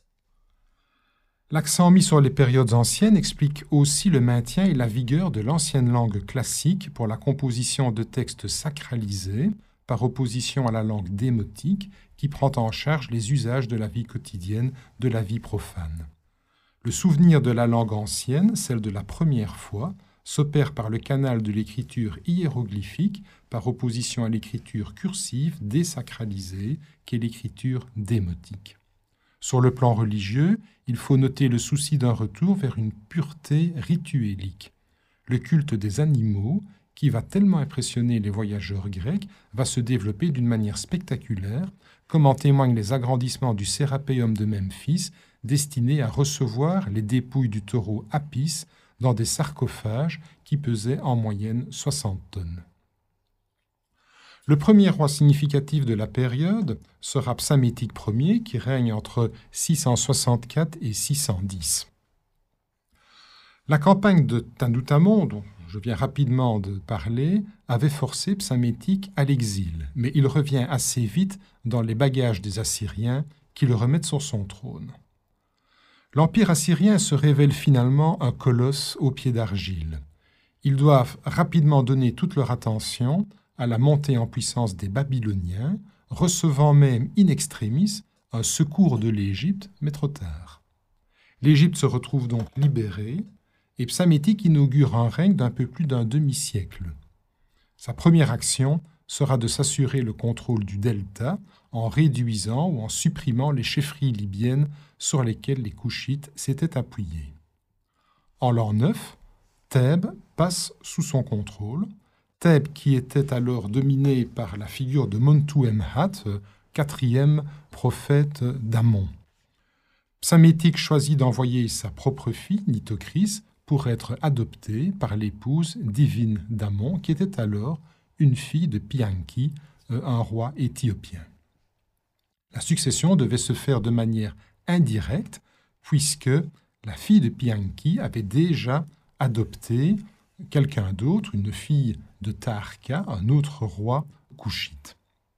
L'accent mis sur les périodes anciennes explique aussi le maintien et la vigueur de l'ancienne langue classique pour la composition de textes sacralisés, par opposition à la langue démotique qui prend en charge les usages de la vie quotidienne, de la vie profane. Le souvenir de la langue ancienne, celle de la première fois, s'opère par le canal de l'écriture hiéroglyphique, par opposition à l'écriture cursive désacralisée, qui est l'écriture démotique. Sur le plan religieux, il faut noter le souci d'un retour vers une pureté rituelique. Le culte des animaux, qui va tellement impressionner les voyageurs grecs, va se développer d'une manière spectaculaire, comme en témoignent les agrandissements du Sérapéum de Memphis, destiné à recevoir les dépouilles du taureau Apis dans des sarcophages qui pesaient en moyenne 60 tonnes. Le premier roi significatif de la période sera Psamétique Ier, qui règne entre 664 et 610. La campagne de Tanoutamon, dont je viens rapidement de parler, avait forcé Psamétique à l'exil, mais il revient assez vite dans les bagages des Assyriens qui le remettent sur son trône. L'Empire assyrien se révèle finalement un colosse aux pieds d'argile. Ils doivent rapidement donner toute leur attention à la montée en puissance des Babyloniens, recevant même in extremis un secours de l'Égypte, mais trop tard. L'Égypte se retrouve donc libérée, et Psamétique inaugure un règne d'un peu plus d'un demi-siècle. Sa première action sera de s'assurer le contrôle du delta en réduisant ou en supprimant les chefferies libyennes sur lesquelles les Couchites s'étaient appuyés. En l'an 9, Thèbes passe sous son contrôle, Thèbes qui était alors dominée par la figure de Montuemhat, quatrième prophète d'Amon. Psamétique choisit d'envoyer sa propre fille, Nitocris, pour être adoptée par l'épouse divine d'Amon, qui était alors une fille de Pianki, un roi éthiopien. La succession devait se faire de manière indirecte, puisque la fille de Pianki avait déjà adopté quelqu'un d'autre, une fille de Taharqa, un autre roi couchite.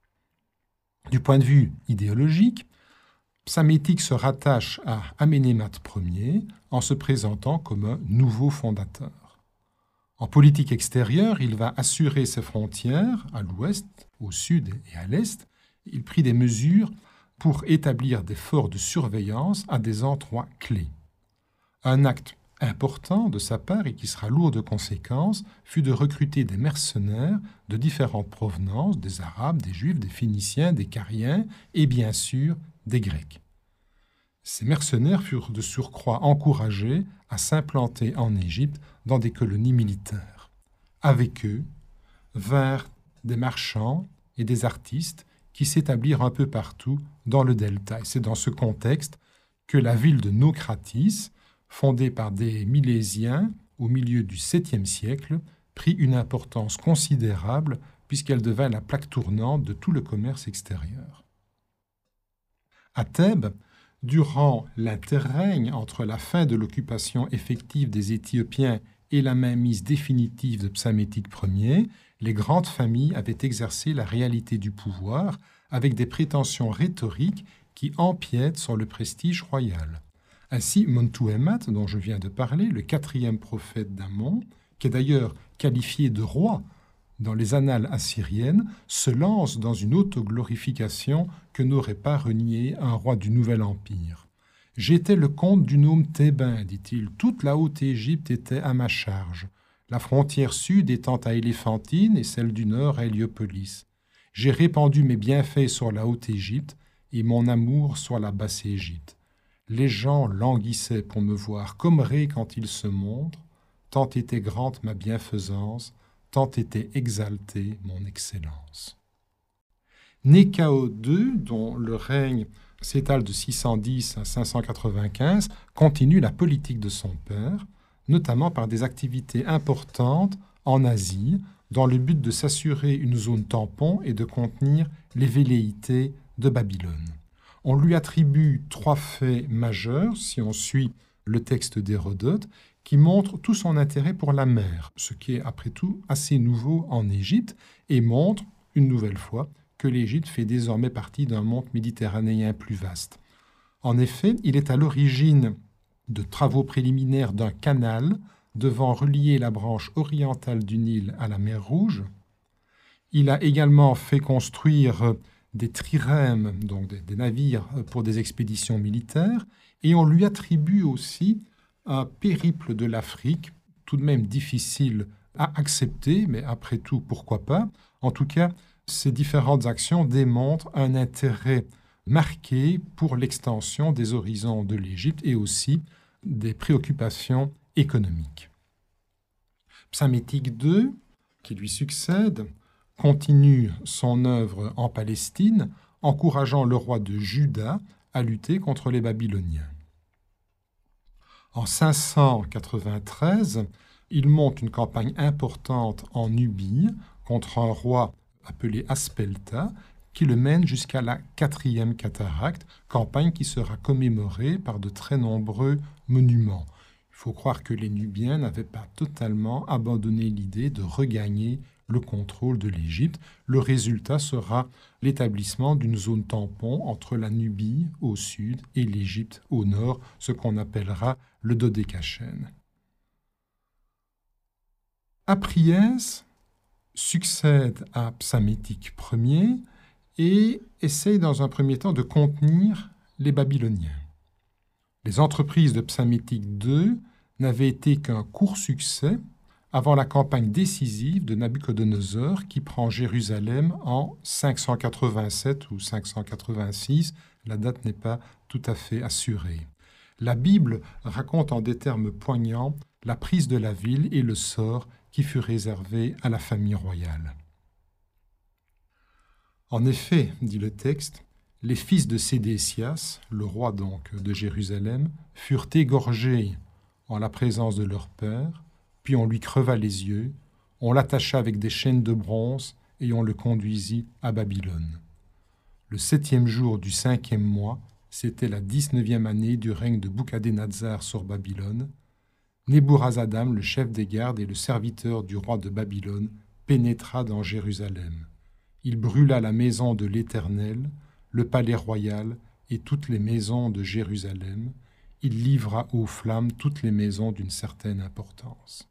Du point de vue idéologique, Psamétique se rattache à Amenemhat Ier en se présentant comme un nouveau fondateur. En politique extérieure, il va assurer ses frontières à l'ouest, au sud et à l'est. Il prit des mesures pour établir des forts de surveillance à des endroits clés. Un acte important de sa part et qui sera lourd de conséquences fut de recruter des mercenaires de différentes provenances, des Arabes, des Juifs, des Phéniciens, des Cariens et bien sûr des Grecs. Ces mercenaires furent de surcroît encouragés à s'implanter en Égypte dans des colonies militaires. Avec eux vinrent des marchands et des artistes qui s'établirent un peu partout dans le delta. Et c'est dans ce contexte que la ville de Naucratis, fondée par des Milésiens au milieu du 7e siècle, prit une importance considérable puisqu'elle devint la plaque tournante de tout le commerce extérieur. À Thèbes, durant l'interrègne entre la fin de l'occupation effective des Éthiopiens et la mainmise définitive de Psamétique Ier, les grandes familles avaient exercé la réalité du pouvoir avec des prétentions rhétoriques qui empiètent sur le prestige royal. Ainsi, Montouhémat, dont je viens de parler, le 4e prophète d'Amon, qui est d'ailleurs qualifié de roi dans les annales assyriennes, se lance dans une autoglorification que n'aurait pas renié un roi du Nouvel Empire. « J'étais le comte du nome thébain, dit-il, toute la Haute-Égypte était à ma charge, la frontière sud étant à Éléphantine et celle du nord à Héliopolis. J'ai répandu mes bienfaits sur la Haute-Égypte et mon amour sur la Basse-Égypte. Les gens languissaient pour me voir comme Ré quand il se montre, tant était grande ma bienfaisance, tant était exaltée mon excellence. » Néchao II, dont le règne s'étale de 610 à 595, continue la politique de son père, notamment par des activités importantes en Asie, dans le but de s'assurer une zone tampon et de contenir les velléités de Babylone. On lui attribue 3 faits majeurs, si on suit le texte d'Hérodote, qui montrent tout son intérêt pour la mer, ce qui est après tout assez nouveau en Égypte, et montre, une nouvelle fois, que l'Égypte fait désormais partie d'un monde méditerranéen plus vaste. En effet, il est à l'origine de travaux préliminaires d'un canal devant relier la branche orientale du Nil à la mer Rouge. Il a également fait construire des trirèmes, donc des navires pour des expéditions militaires, et on lui attribue aussi un périple de l'Afrique, tout de même difficile à accepter, mais après tout, pourquoi pas. En tout cas, ces différentes actions démontrent un intérêt marqué pour l'extension des horizons de l'Égypte et aussi des préoccupations économiques. Psamétique II, qui lui succède, continue son œuvre en Palestine, encourageant le roi de Juda à lutter contre les Babyloniens. En 593, il monte une campagne importante en Nubie contre un roi appelé Aspelta, qui le mène jusqu'à la 4e cataracte, campagne qui sera commémorée par de très nombreux monuments. Il faut croire que les Nubiens n'avaient pas totalement abandonné l'idée de regagner le contrôle de l'Égypte. Le résultat sera l'établissement d'une zone tampon entre la Nubie au sud et l'Égypte au nord, ce qu'on appellera le Dodécachène. Apriès succède à Psamétique Ier et essaye dans un premier temps de contenir les Babyloniens. Les entreprises de Psamétique II n'avaient été qu'un court succès avant la campagne décisive de Nabuchodonosor qui prend Jérusalem en 587 ou 586. La date n'est pas tout à fait assurée. La Bible raconte en des termes poignants la prise de la ville et le sort qui fut réservé à la famille royale. En effet, dit le texte, les fils de Sédécias, le roi donc de Jérusalem, furent égorgés en la présence de leur père, puis on lui creva les yeux, on l'attacha avec des chaînes de bronze et on le conduisit à Babylone. Le 7e jour du 5e mois, c'était la 19e année du règne de Boukhadénatsar sur Babylone. Neburazadam, le chef des gardes et le serviteur du roi de Babylone, pénétra dans Jérusalem. Il brûla la maison de l'Éternel, le palais royal et toutes les maisons de Jérusalem. Il livra aux flammes toutes les maisons d'une certaine importance.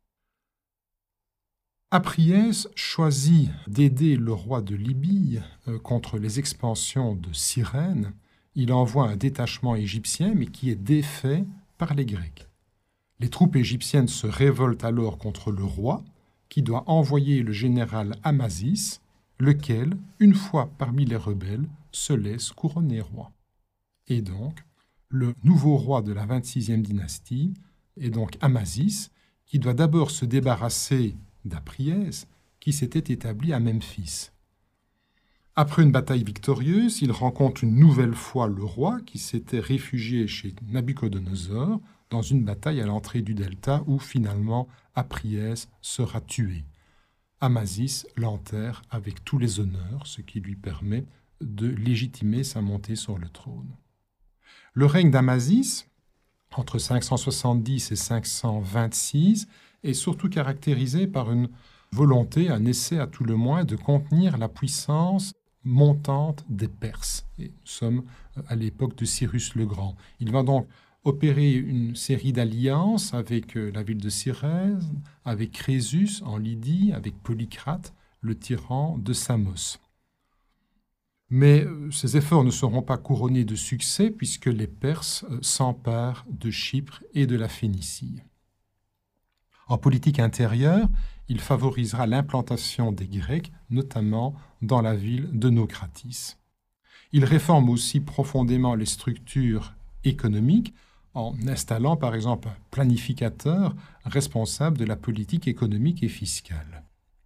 Apriès choisit d'aider le roi de Libye contre les expansions de Cyrène. Il envoie un détachement égyptien, mais qui est défait par les Grecs. Les troupes égyptiennes se révoltent alors contre le roi, qui doit envoyer le général Amasis, lequel, une fois parmi les rebelles, se laisse couronner roi. Et donc, le nouveau roi de la 26e dynastie est donc Amasis, qui doit d'abord se débarrasser d'Apriès, qui s'était établi à Memphis. Après une bataille victorieuse, il rencontre une nouvelle fois le roi qui s'était réfugié chez Nabuchodonosor dans une bataille à l'entrée du delta où finalement Apriès sera tué. Amasis l'enterre avec tous les honneurs, ce qui lui permet de légitimer sa montée sur le trône. Le règne d'Amasis, entre 570 et 526, est surtout caractérisé par une volonté, un essai à tout le moins, de contenir la puissance montante des Perses. Et nous sommes à l'époque de Cyrus le Grand. Il va donc opérer une série d'alliances avec la ville de Cyrène, avec Crésus en Lydie, avec Polycrate, le tyran de Samos. Mais ces efforts ne seront pas couronnés de succès puisque les Perses s'emparent de Chypre et de la Phénicie. En politique intérieure, il favorisera l'implantation des Grecs, notamment dans la ville de Naucratis. Il réforme aussi profondément les structures économiques en installant par exemple un planificateur responsable de la politique économique et fiscale.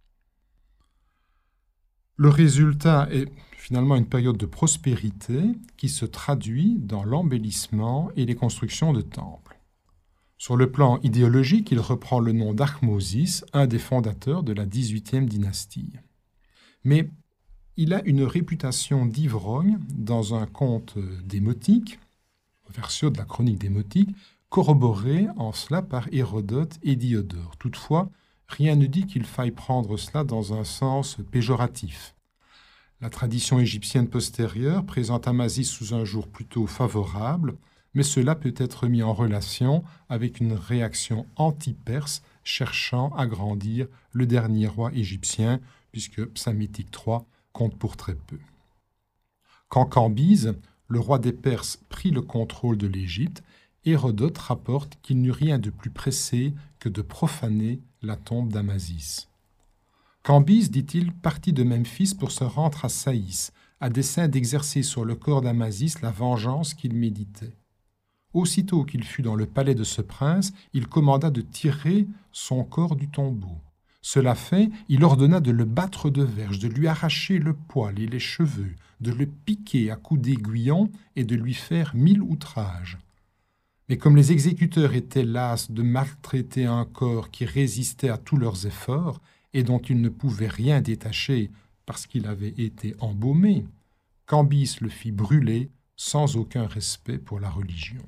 Le résultat est finalement une période de prospérité qui se traduit dans l'embellissement et les constructions de temples. Sur le plan idéologique, il reprend le nom d'Ahmosis, un des fondateurs de la 18e dynastie. Mais il a une réputation d'ivrogne dans un conte démotique, Versio de la chronique démotique, corroboré en cela par Hérodote et Diodore. Toutefois, rien ne dit qu'il faille prendre cela dans un sens péjoratif. La tradition égyptienne postérieure présente Amasis sous un jour plutôt favorable, mais cela peut être mis en relation avec une réaction anti-perse cherchant à grandir le dernier roi égyptien, puisque Psamétique III compte pour très peu. Quand Cambyse, le roi des Perses, prit le contrôle de l'Égypte, Hérodote rapporte qu'il n'eut rien de plus pressé que de profaner la tombe d'Amasis. Cambyse, dit-il, partit de Memphis pour se rendre à Saïs, à dessein d'exercer sur le corps d'Amasis la vengeance qu'il méditait. Aussitôt qu'il fut dans le palais de ce prince, il commanda de tirer son corps du tombeau. Cela fait, il ordonna de le battre de verges, de lui arracher le poil et les cheveux, de le piquer à coups d'aiguillon et de lui faire 1000 outrages. Mais comme les exécuteurs étaient las de maltraiter un corps qui résistait à tous leurs efforts et dont ils ne pouvaient rien détacher parce qu'il avait été embaumé, Cambyse le fit brûler sans aucun respect pour la religion.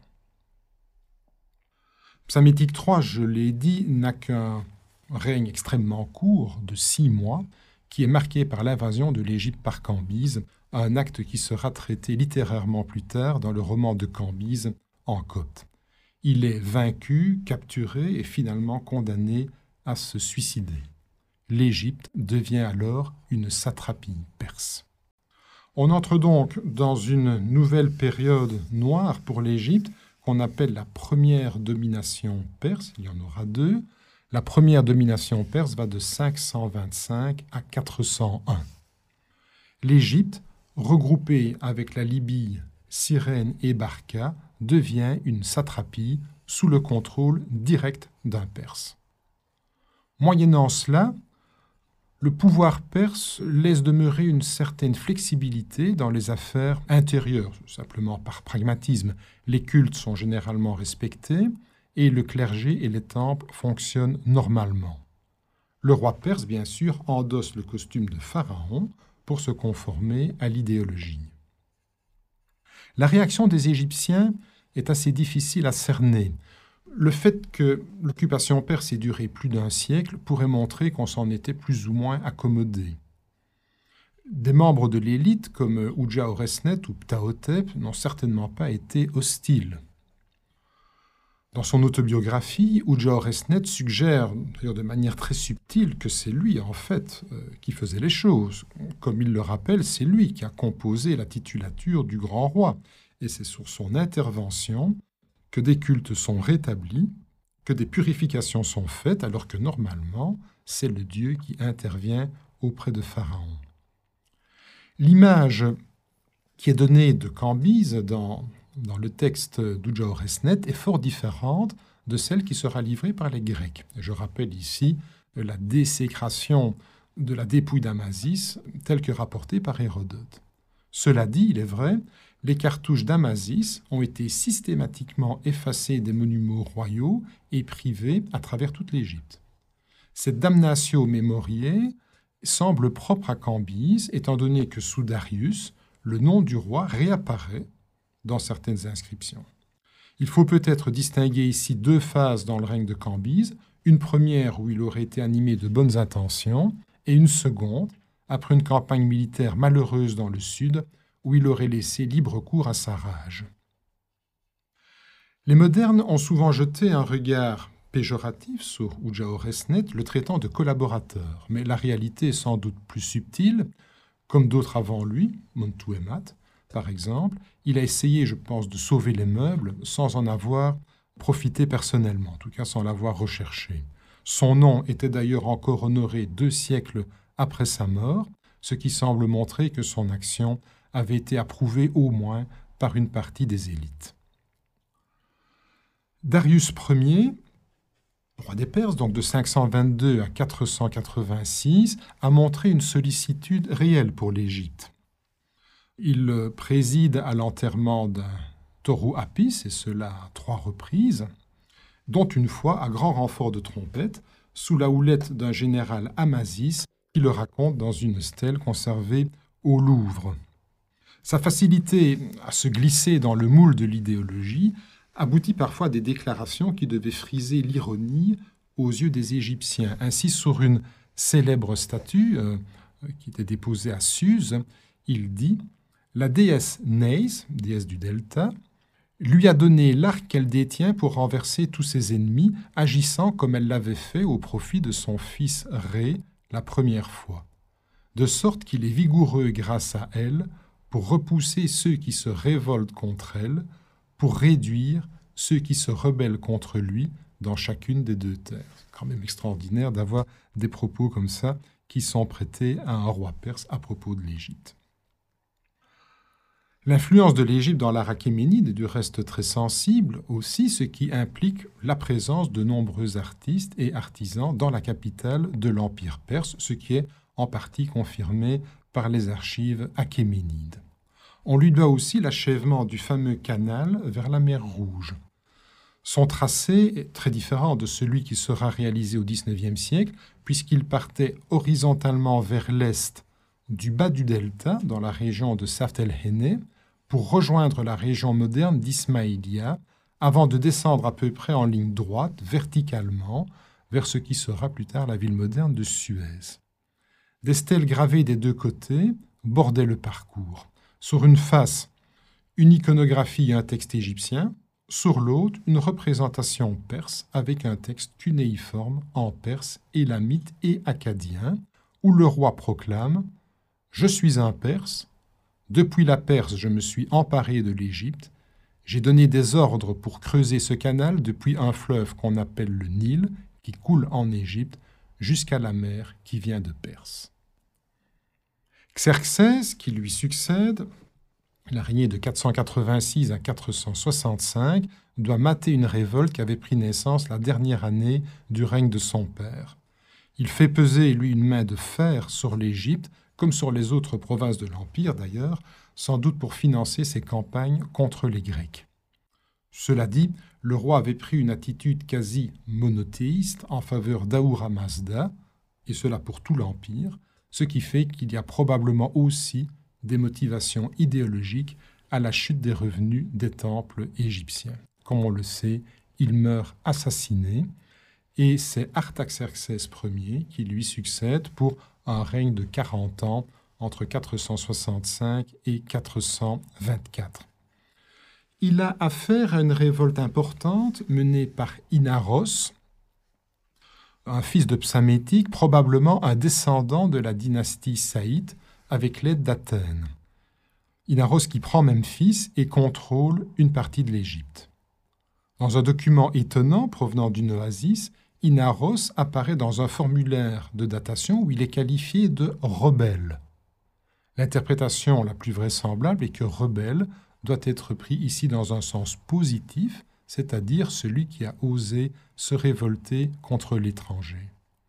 Psamétique III, je l'ai dit, n'a qu'un règne extrêmement court de 6 mois, qui est marqué par l'invasion de l'Égypte par Cambyse, un acte qui sera traité littérairement plus tard dans le roman de Cambyse, En Copte. Il est vaincu, capturé et finalement condamné à se suicider. L'Égypte devient alors une satrapie perse. On entre donc dans une nouvelle période noire pour l'Égypte qu'on appelle la première domination perse. Il y en aura 2. La première domination perse va de 525 à 401. L'Égypte, regroupée avec la Libye, Cyrène et Barca, devient une satrapie sous le contrôle direct d'un Perse. Moyennant cela, le pouvoir perse laisse demeurer une certaine flexibilité dans les affaires intérieures, simplement par pragmatisme. Les cultes sont généralement respectés et le clergé et les temples fonctionnent normalement. Le roi perse, bien sûr, endosse le costume de pharaon pour se conformer à l'idéologie. La réaction des Égyptiens est assez difficile à cerner. Le fait que l'occupation perse ait duré plus d'1 siècle pourrait montrer qu'on s'en était plus ou moins accommodé. Des membres de l'élite comme Ouja Oresnet ou Ptahhotep n'ont certainement pas été hostiles. Dans son autobiographie, Ouja Oresnet suggère, d'ailleurs de manière très subtile, que c'est lui, en fait, qui faisait les choses. Comme il le rappelle, c'est lui qui a composé la titulature du grand roi. Et c'est sur son intervention que des cultes sont rétablis, que des purifications sont faites, alors que normalement, c'est le Dieu qui intervient auprès de Pharaon. L'image qui est donnée de Cambyse dans le texte d'Ouja Oresnet est fort différente de celle qui sera livrée par les Grecs. Je rappelle ici la désécration de la dépouille d'Amasis, telle que rapportée par Hérodote. Cela dit, il est vrai, les cartouches d'Amasis ont été systématiquement effacées des monuments royaux et privés à travers toute l'Égypte. Cette damnatio memoriae semble propre à Cambyse, étant donné que sous Darius, le nom du roi réapparaît dans certaines inscriptions. Il faut peut-être distinguer ici deux phases dans le règne de Cambyse, une première où il aurait été animé de bonnes intentions, et une seconde, après une campagne militaire malheureuse dans le sud, où il aurait laissé libre cours à sa rage. Les modernes ont souvent jeté un regard péjoratif sur Oujaoresnet, le traitant de collaborateur, mais la réalité est sans doute plus subtile. Comme d'autres avant lui, Montouemat, par exemple, il a essayé, je pense, de sauver les meubles sans en avoir profité personnellement, en tout cas sans l'avoir recherché. Son nom était d'ailleurs encore honoré 2 siècles après sa mort, ce qui semble montrer que son action avait été approuvée au moins par une partie des élites. Darius Ier, roi des Perses, donc de 522 à 486, a montré une sollicitude réelle pour l'Égypte. Il préside à l'enterrement d'un taureau Apis, et cela à 3 reprises, dont une fois à grand renfort de trompette, sous la houlette d'un général Amasis, qui le raconte dans une stèle conservée au Louvre. Sa facilité à se glisser dans le moule de l'idéologie aboutit parfois à des déclarations qui devaient friser l'ironie aux yeux des Égyptiens. Ainsi, sur une célèbre statue qui était déposée à Suse, il dit « La déesse Neis, déesse du delta, lui a donné l'arc qu'elle détient pour renverser tous ses ennemis, agissant comme elle l'avait fait au profit de son fils Ré la première fois, de sorte qu'il est vigoureux grâce à elle pour repousser ceux qui se révoltent contre elle, pour réduire ceux qui se rebellent contre lui dans chacune des 2 terres. C'est quand même extraordinaire d'avoir des propos comme ça qui sont prêtés à un roi perse à propos de l'Égypte. L'influence de l'Égypte dans l'art achéménide est du reste très sensible aussi, ce qui implique la présence de nombreux artistes et artisans dans la capitale de l'Empire perse, ce qui est en partie confirmé par les archives achéménides. On lui doit aussi l'achèvement du fameux canal vers la mer Rouge. Son tracé est très différent de celui qui sera réalisé au XIXe siècle, puisqu'il partait horizontalement vers l'est du bas du delta, dans la région de Saft el-Henne, pour rejoindre la région moderne d'Ismaïlia, avant de descendre à peu près en ligne droite, verticalement, vers ce qui sera plus tard la ville moderne de Suez. Des stèles gravées des 2 côtés bordaient le parcours. Sur une face, une iconographie et un texte égyptien, sur l'autre, une représentation perse avec un texte cunéiforme en perse, élamite et akkadien, où le roi proclame « Je suis un Perse, depuis la Perse je me suis emparé de l'Égypte, j'ai donné des ordres pour creuser ce canal depuis un fleuve qu'on appelle le Nil, qui coule en Égypte, jusqu'à la mer qui vient de Perse. » Xerxès, qui lui succède, il a régné de 486 à 465, doit mater une révolte qui avait pris naissance la dernière année du règne de son père. Il fait peser, lui, une main de fer sur l'Égypte, comme sur les autres provinces de l'Empire d'ailleurs, sans doute pour financer ses campagnes contre les Grecs. Cela dit, le roi avait pris une attitude quasi monothéiste en faveur d'Ahura Mazda, et cela pour tout l'Empire, ce qui fait qu'il y a probablement aussi des motivations idéologiques à la chute des revenus des temples égyptiens. Comme on le sait, il meurt assassiné et c'est Artaxerxès Ier qui lui succède pour un règne de 40 ans entre 465 et 424. Il a affaire à une révolte importante menée par Inaros, un fils de Psamétique, probablement un descendant de la dynastie Saïte, avec l'aide d'Athènes. Inaros qui prend Memphis et contrôle une partie de l'Égypte. Dans un document étonnant provenant d'une oasis, Inaros apparaît dans un formulaire de datation où il est qualifié de rebelle. L'interprétation la plus vraisemblable est que rebelle doit être pris ici dans un sens positif, c'est-à-dire celui qui a osé se révolter contre l'étranger.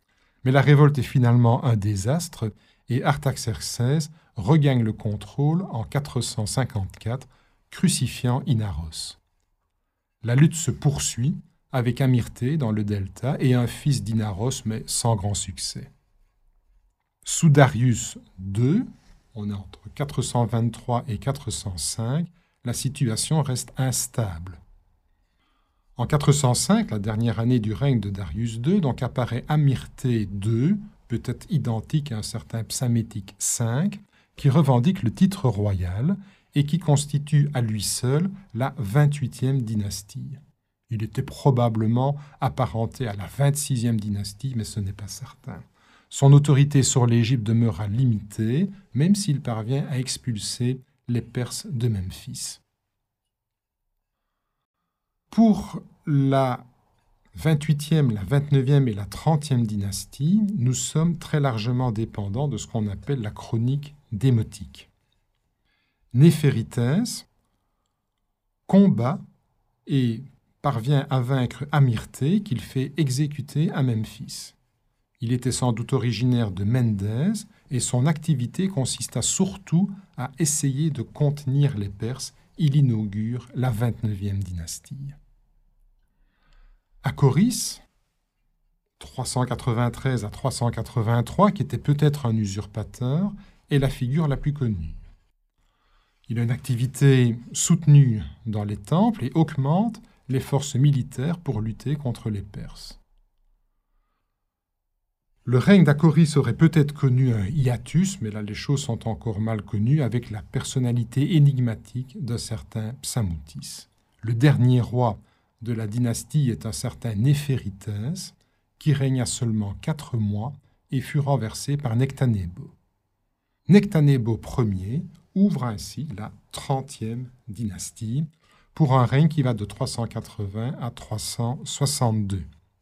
Mais la révolte est finalement un désastre et Artaxerxès regagne le contrôle en 454, crucifiant Inaros. La lutte se poursuit avec Amirthée dans le delta et un fils d'Inaros, mais sans grand succès. Sous Darius II, on est entre 423 et 405, la situation reste instable. En 405, la dernière année du règne de Darius II, donc apparaît Amirthée II, peut-être identique à un certain Psamétique V, qui revendique le titre royal et qui constitue à lui seul la 28e dynastie. Il était probablement apparenté à la 26e dynastie, mais ce n'est pas certain. Son autorité sur l'Égypte demeura limitée, même s'il parvient à expulser les Perses de Memphis. Pour la 28e, la 29e et la 30e dynastie, nous sommes très largement dépendants de ce qu'on appelle la chronique démotique. Néphérites combat et parvient à vaincre Amirthée qu'il fait exécuter à Memphis. Il était sans doute originaire de Mendès et son activité consista surtout à essayer de contenir les Perses. Il inaugure la 29e dynastie. Acoris, 393 à 383, qui était peut-être un usurpateur, est la figure la plus connue. Il a une activité soutenue dans les temples et augmente les forces militaires pour lutter contre les Perses. Le règne d'Acoris aurait peut-être connu un hiatus, mais là les choses sont encore mal connues, avec la personnalité énigmatique d'un certain Psamoutis. Le dernier roi de la dynastie est un certain Néphérites, qui régna seulement 4 mois et fut renversé par Nectanébo. Nectanébo Ier ouvre ainsi la 30e dynastie, pour un règne qui va de 380 à 362.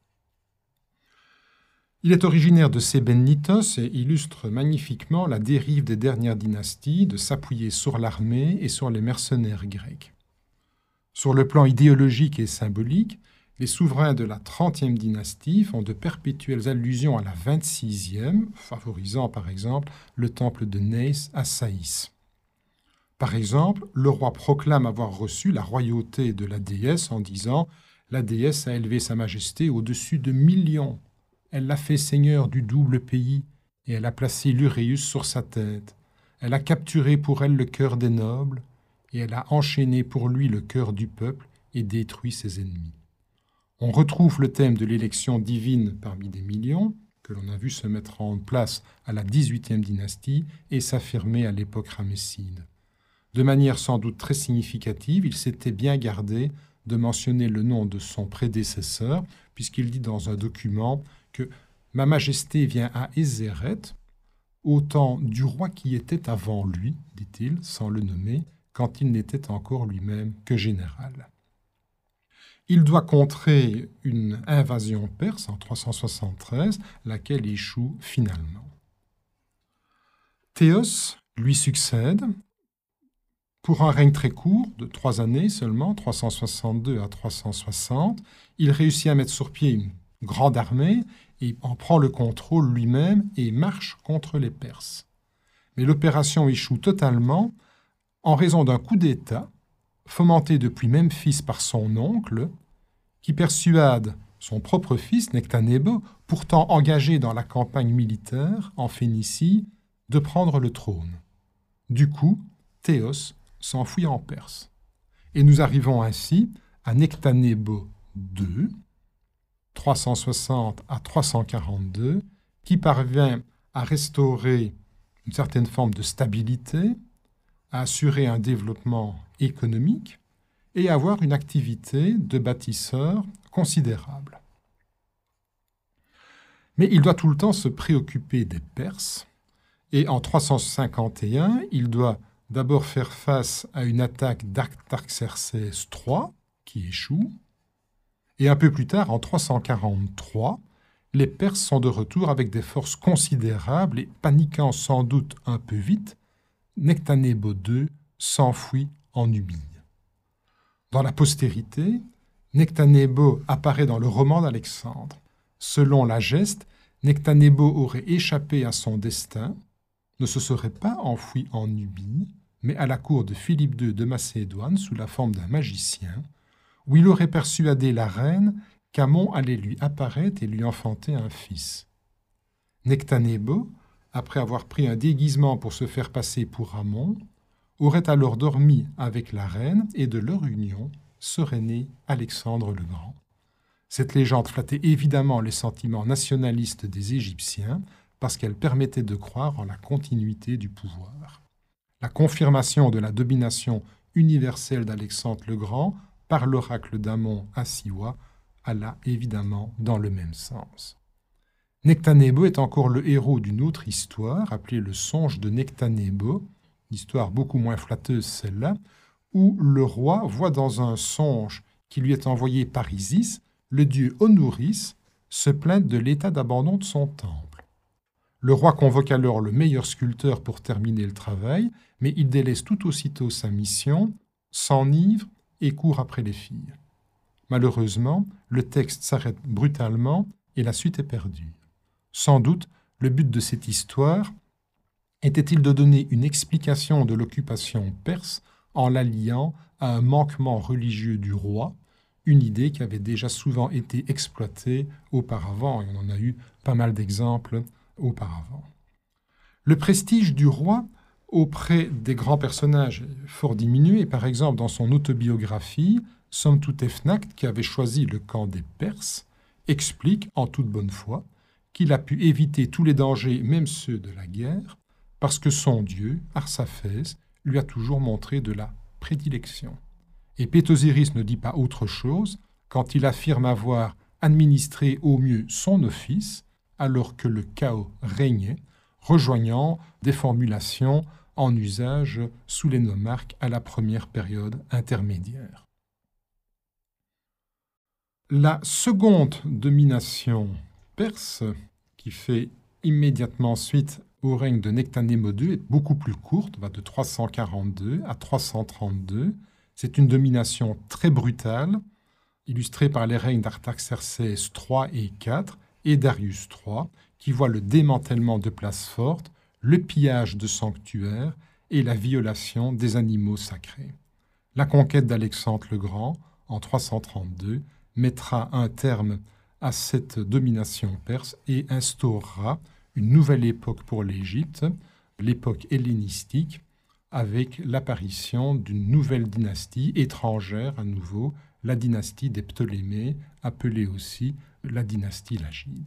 Il est originaire de Sébennytos et illustre magnifiquement la dérive des dernières dynasties de s'appuyer sur l'armée et sur les mercenaires grecs. Sur le plan idéologique et symbolique, les souverains de la 30e dynastie font de perpétuelles allusions à la 26e, favorisant par exemple le temple de Neis à Saïs. Par exemple, le roi proclame avoir reçu la royauté de la déesse en disant « La déesse a élevé sa majesté au-dessus de millions. Elle l'a fait seigneur du double pays et elle a placé l'Uréus sur sa tête. Elle a capturé pour elle le cœur des nobles et elle a enchaîné pour lui le cœur du peuple et détruit ses ennemis. » On retrouve le thème de l'élection divine parmi des millions, que l'on a vu se mettre en place à la 18e dynastie et s'affirmer à l'époque ramesside. De manière sans doute très significative, il s'était bien gardé de mentionner le nom de son prédécesseur, puisqu'il dit dans un document que « Ma Majesté vient à Ézéret, au temps du roi qui était avant lui, dit-il, sans le nommer, quand il n'était encore lui-même que général. » Il doit contrer une invasion perse en 373, laquelle échoue finalement. Théos lui succède, pour un règne très court, de 3 années seulement, 362 à 360, il réussit à mettre sur pied une grande armée et en prend le contrôle lui-même et marche contre les Perses. Mais l'opération échoue totalement en raison d'un coup d'État fomenté depuis Memphis par son oncle, qui persuade son propre fils, Nectanébo, pourtant engagé dans la campagne militaire en Phénicie, de prendre le trône. Du coup, Théos s'enfuit en Perse. Et nous arrivons ainsi à Nectanébo II, 360 à 342, qui parvient à restaurer une certaine forme de stabilité, à assurer un développement économique et à avoir une activité de bâtisseur considérable. Mais il doit tout le temps se préoccuper des Perses, et en 351, il doit d'abord faire face à une attaque d'Artaxerxès III, qui échoue, et un peu plus tard, en 343, les Perses sont de retour avec des forces considérables et, paniquant sans doute un peu vite, Nectanébo II s'enfuit en Nubie. Dans la postérité, Nectanébo apparaît dans le roman d'Alexandre. Selon la geste, Nectanebo aurait échappé à son destin, ne se serait pas enfui en Nubie, mais à la cour de Philippe II de Macédoine sous la forme d'un magicien, où il aurait persuadé la reine qu'Amon allait lui apparaître et lui enfanter un fils. Nectanebo, après avoir pris un déguisement pour se faire passer pour Amon, aurait alors dormi avec la reine et de leur union serait né Alexandre le Grand. Cette légende flattait évidemment les sentiments nationalistes des Égyptiens parce qu'elle permettait de croire en la continuité du pouvoir. La confirmation de la domination universelle d'Alexandre le Grand par l'oracle d'Amon à Siwa alla évidemment dans le même sens. Nectanebo est encore le héros d'une autre histoire, appelée le songe de Nectanebo, une histoire beaucoup moins flatteuse celle-là, où le roi voit dans un songe qui lui est envoyé par Isis, le dieu Honouris, se plaindre de l'état d'abandon de son temple. Le roi convoque alors le meilleur sculpteur pour terminer le travail, mais il délaisse tout aussitôt sa mission, s'enivre et court après les filles. Malheureusement, le texte s'arrête brutalement et la suite est perdue. Sans doute, le but de cette histoire était-il de donner une explication de l'occupation perse en la liant à un manquement religieux du roi, une idée qui avait déjà souvent été exploitée auparavant, et on en a eu pas mal d'exemples auparavant. Le prestige du roi auprès des grands personnages est fort diminué, par exemple dans son autobiographie, Somtoutefnakht, qui avait choisi le camp des Perses, explique en toute bonne foi qu'il a pu éviter tous les dangers, même ceux de la guerre, parce que son dieu, Arsaphès, lui a toujours montré de la prédilection. Et Pétosiris ne dit pas autre chose quand il affirme avoir administré au mieux son office, alors que le chaos régnait, rejoignant des formulations en usage sous les nomarques à la première période intermédiaire. La seconde domination perse, qui fait immédiatement suite au règne de Nectanebo II, est beaucoup plus courte, va de 342 à 332. C'est une domination très brutale, illustrée par les règnes d'Artaxerxès III et IV et Darius III, qui voit le démantèlement de places fortes, le pillage de sanctuaires et la violation des animaux sacrés. La conquête d'Alexandre le Grand, en 332, mettra un terme à cette domination perse et instaurera une nouvelle époque pour l'Égypte, l'époque hellénistique, avec l'apparition d'une nouvelle dynastie étrangère à nouveau, la dynastie des Ptolémées, appelée aussi la dynastie lagide.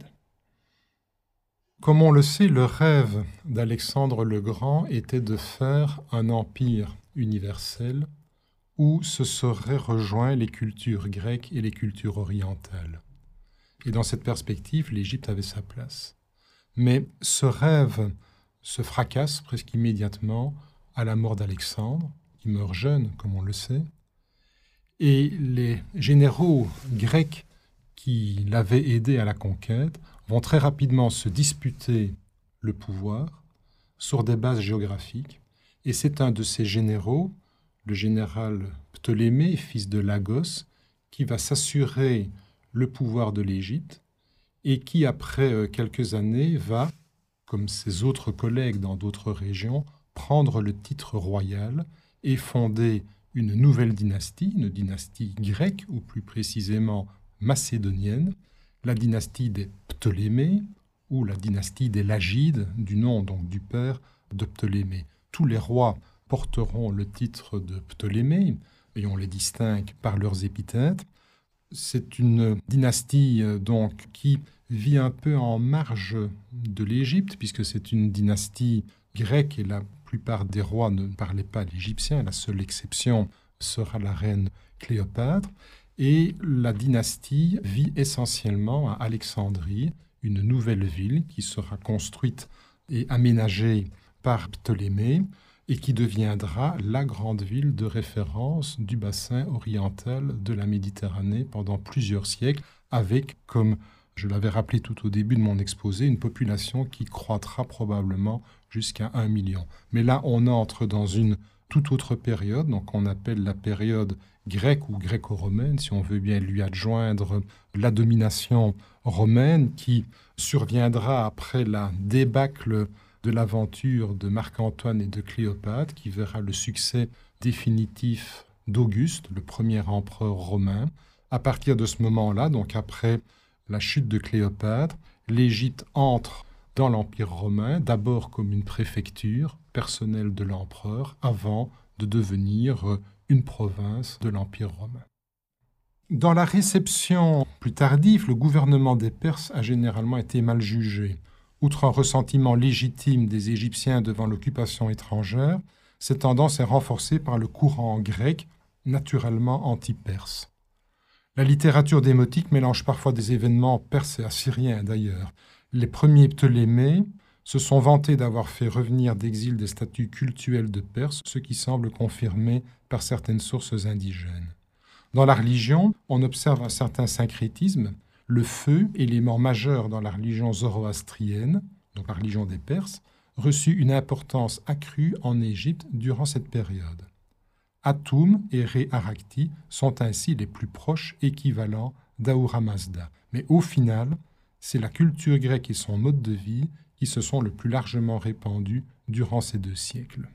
Comme on le sait, le rêve d'Alexandre le Grand était de faire un empire universel où se seraient rejoints les cultures grecques et les cultures orientales. Et dans cette perspective, l'Égypte avait sa place. Mais ce rêve se fracasse presque immédiatement à la mort d'Alexandre, qui meurt jeune, comme on le sait, et les généraux grecs qui l'avaient aidé à la conquête vont très rapidement se disputer le pouvoir sur des bases géographiques, et c'est un de ces généraux, le général Ptolémée, fils de Lagos, qui va s'assurer le pouvoir de l'Égypte et qui, après quelques années, va, comme ses autres collègues dans d'autres régions, prendre le titre royal et fonder une nouvelle dynastie, une dynastie grecque, ou plus précisément macédonienne, la dynastie des Ptolémées, ou la dynastie des Lagides, du nom donc du père de Ptolémée. Tous les rois porteront le titre de Ptolémée, et on les distingue par leurs épithètes. C'est une dynastie donc qui vit un peu en marge de l'Égypte, puisque c'est une dynastie grecque et la plupart des rois ne parlaient pas l'égyptien. La seule exception sera la reine Cléopâtre. Et la dynastie vit essentiellement à Alexandrie, une nouvelle ville qui sera construite et aménagée par Ptolémée et qui deviendra la grande ville de référence du bassin oriental de la Méditerranée pendant plusieurs siècles, avec, comme je l'avais rappelé tout au début de mon exposé, une population qui croîtra probablement jusqu'à 1 million. Mais là, on entre dans une toute autre période, donc on appelle la période grecque ou gréco-romaine, si on veut bien lui adjoindre la domination romaine qui surviendra après la débâcle de l'aventure de Marc-Antoine et de Cléopâtre, qui verra le succès définitif d'Auguste, le premier empereur romain. À partir de ce moment-là, donc après la chute de Cléopâtre, l'Égypte entre dans l'Empire romain, d'abord comme une préfecture personnelle de l'empereur, avant de devenir une province de l'Empire romain. Dans la réception plus tardive, le gouvernement des Perses a généralement été mal jugé. Outre un ressentiment légitime des Égyptiens devant l'occupation étrangère, cette tendance est renforcée par le courant grec, naturellement anti-perse. La littérature démotique mélange parfois des événements perses et assyriens d'ailleurs. Les premiers Ptolémées se sont vantés d'avoir fait revenir d'exil des statues cultuelles de Perse, ce qui semble confirmé par certaines sources indigènes. Dans la religion, on observe un certain syncrétisme. Le feu, élément majeur dans la religion zoroastrienne, donc la religion des Perses, reçut une importance accrue en Égypte durant cette période. Atum et Ré-Arakti sont ainsi les plus proches équivalents d'Ahura Mazda. Mais au final, c'est la culture grecque et son mode de vie qui se sont le plus largement répandus durant ces 2 siècles.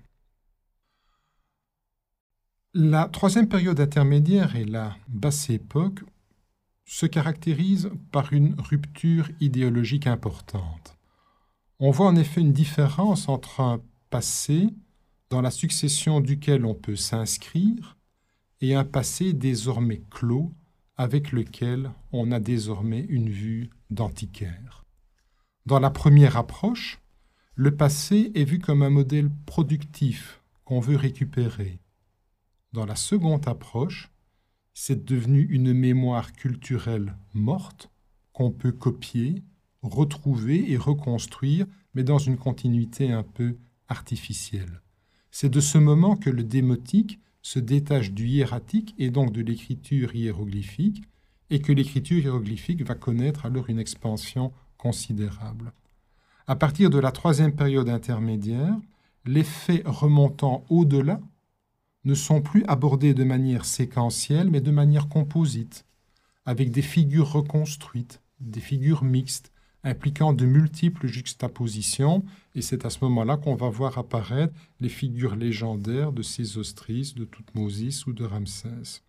La troisième période intermédiaire et la basse époque se caractérisent par une rupture idéologique importante. On voit en effet une différence entre un passé dans la succession duquel on peut s'inscrire et un passé désormais clos avec lequel on a désormais une vue d'antiquaire. Dans la première approche, le passé est vu comme un modèle productif qu'on veut récupérer. Dans la seconde approche, c'est devenu une mémoire culturelle morte qu'on peut copier, retrouver et reconstruire, mais dans une continuité un peu artificielle. C'est de ce moment que le démotique se détache du hiératique et donc de l'écriture hiéroglyphique, et que l'écriture hiéroglyphique va connaître alors une expansion considérable. À partir de la troisième période intermédiaire, les faits remontant au-delà ne sont plus abordés de manière séquentielle, mais de manière composite, avec des figures reconstruites, des figures mixtes, impliquant de multiples juxtapositions, et c'est à ce moment-là qu'on va voir apparaître les figures légendaires de Sésostris, de Thoutmôsis ou de Ramsès.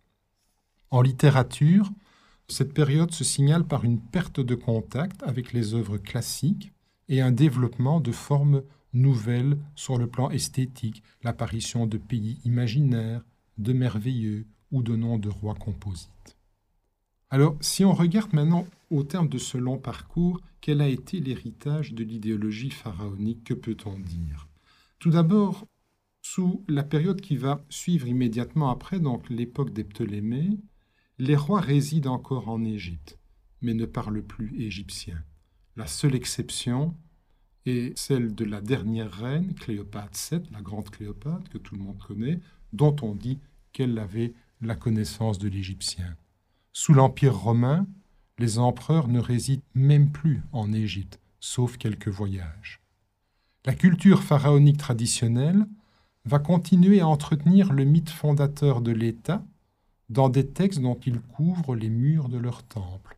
En littérature, cette période se signale par une perte de contact avec les œuvres classiques et un développement de formes nouvelles sur le plan esthétique, l'apparition de pays imaginaires, de merveilleux ou de noms de rois composites. Alors, si on regarde maintenant au terme de ce long parcours, quel a été l'héritage de l'idéologie pharaonique? Que peut-on dire? Tout d'abord, sous la période qui va suivre immédiatement après, donc l'époque des Ptolémées, les rois résident encore en Égypte, mais ne parlent plus égyptien. La seule exception est celle de la dernière reine, Cléopâtre VII, la grande Cléopâtre, que tout le monde connaît, dont on dit qu'elle avait la connaissance de l'égyptien. Sous l'Empire romain, les empereurs ne résident même plus en Égypte, sauf quelques voyages. La culture pharaonique traditionnelle va continuer à entretenir le mythe fondateur de l'État dans des textes dont ils couvrent les murs de leur temple.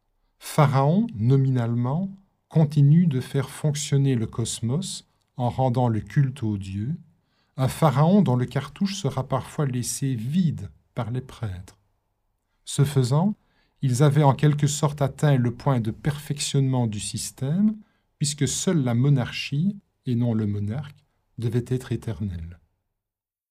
Pharaon, nominalement, continue de faire fonctionner le cosmos en rendant le culte aux dieux, un pharaon dont le cartouche sera parfois laissé vide par les prêtres. Ce faisant, ils avaient en quelque sorte atteint le point de perfectionnement du système, puisque seule la monarchie, et non le monarque, devait être éternelle.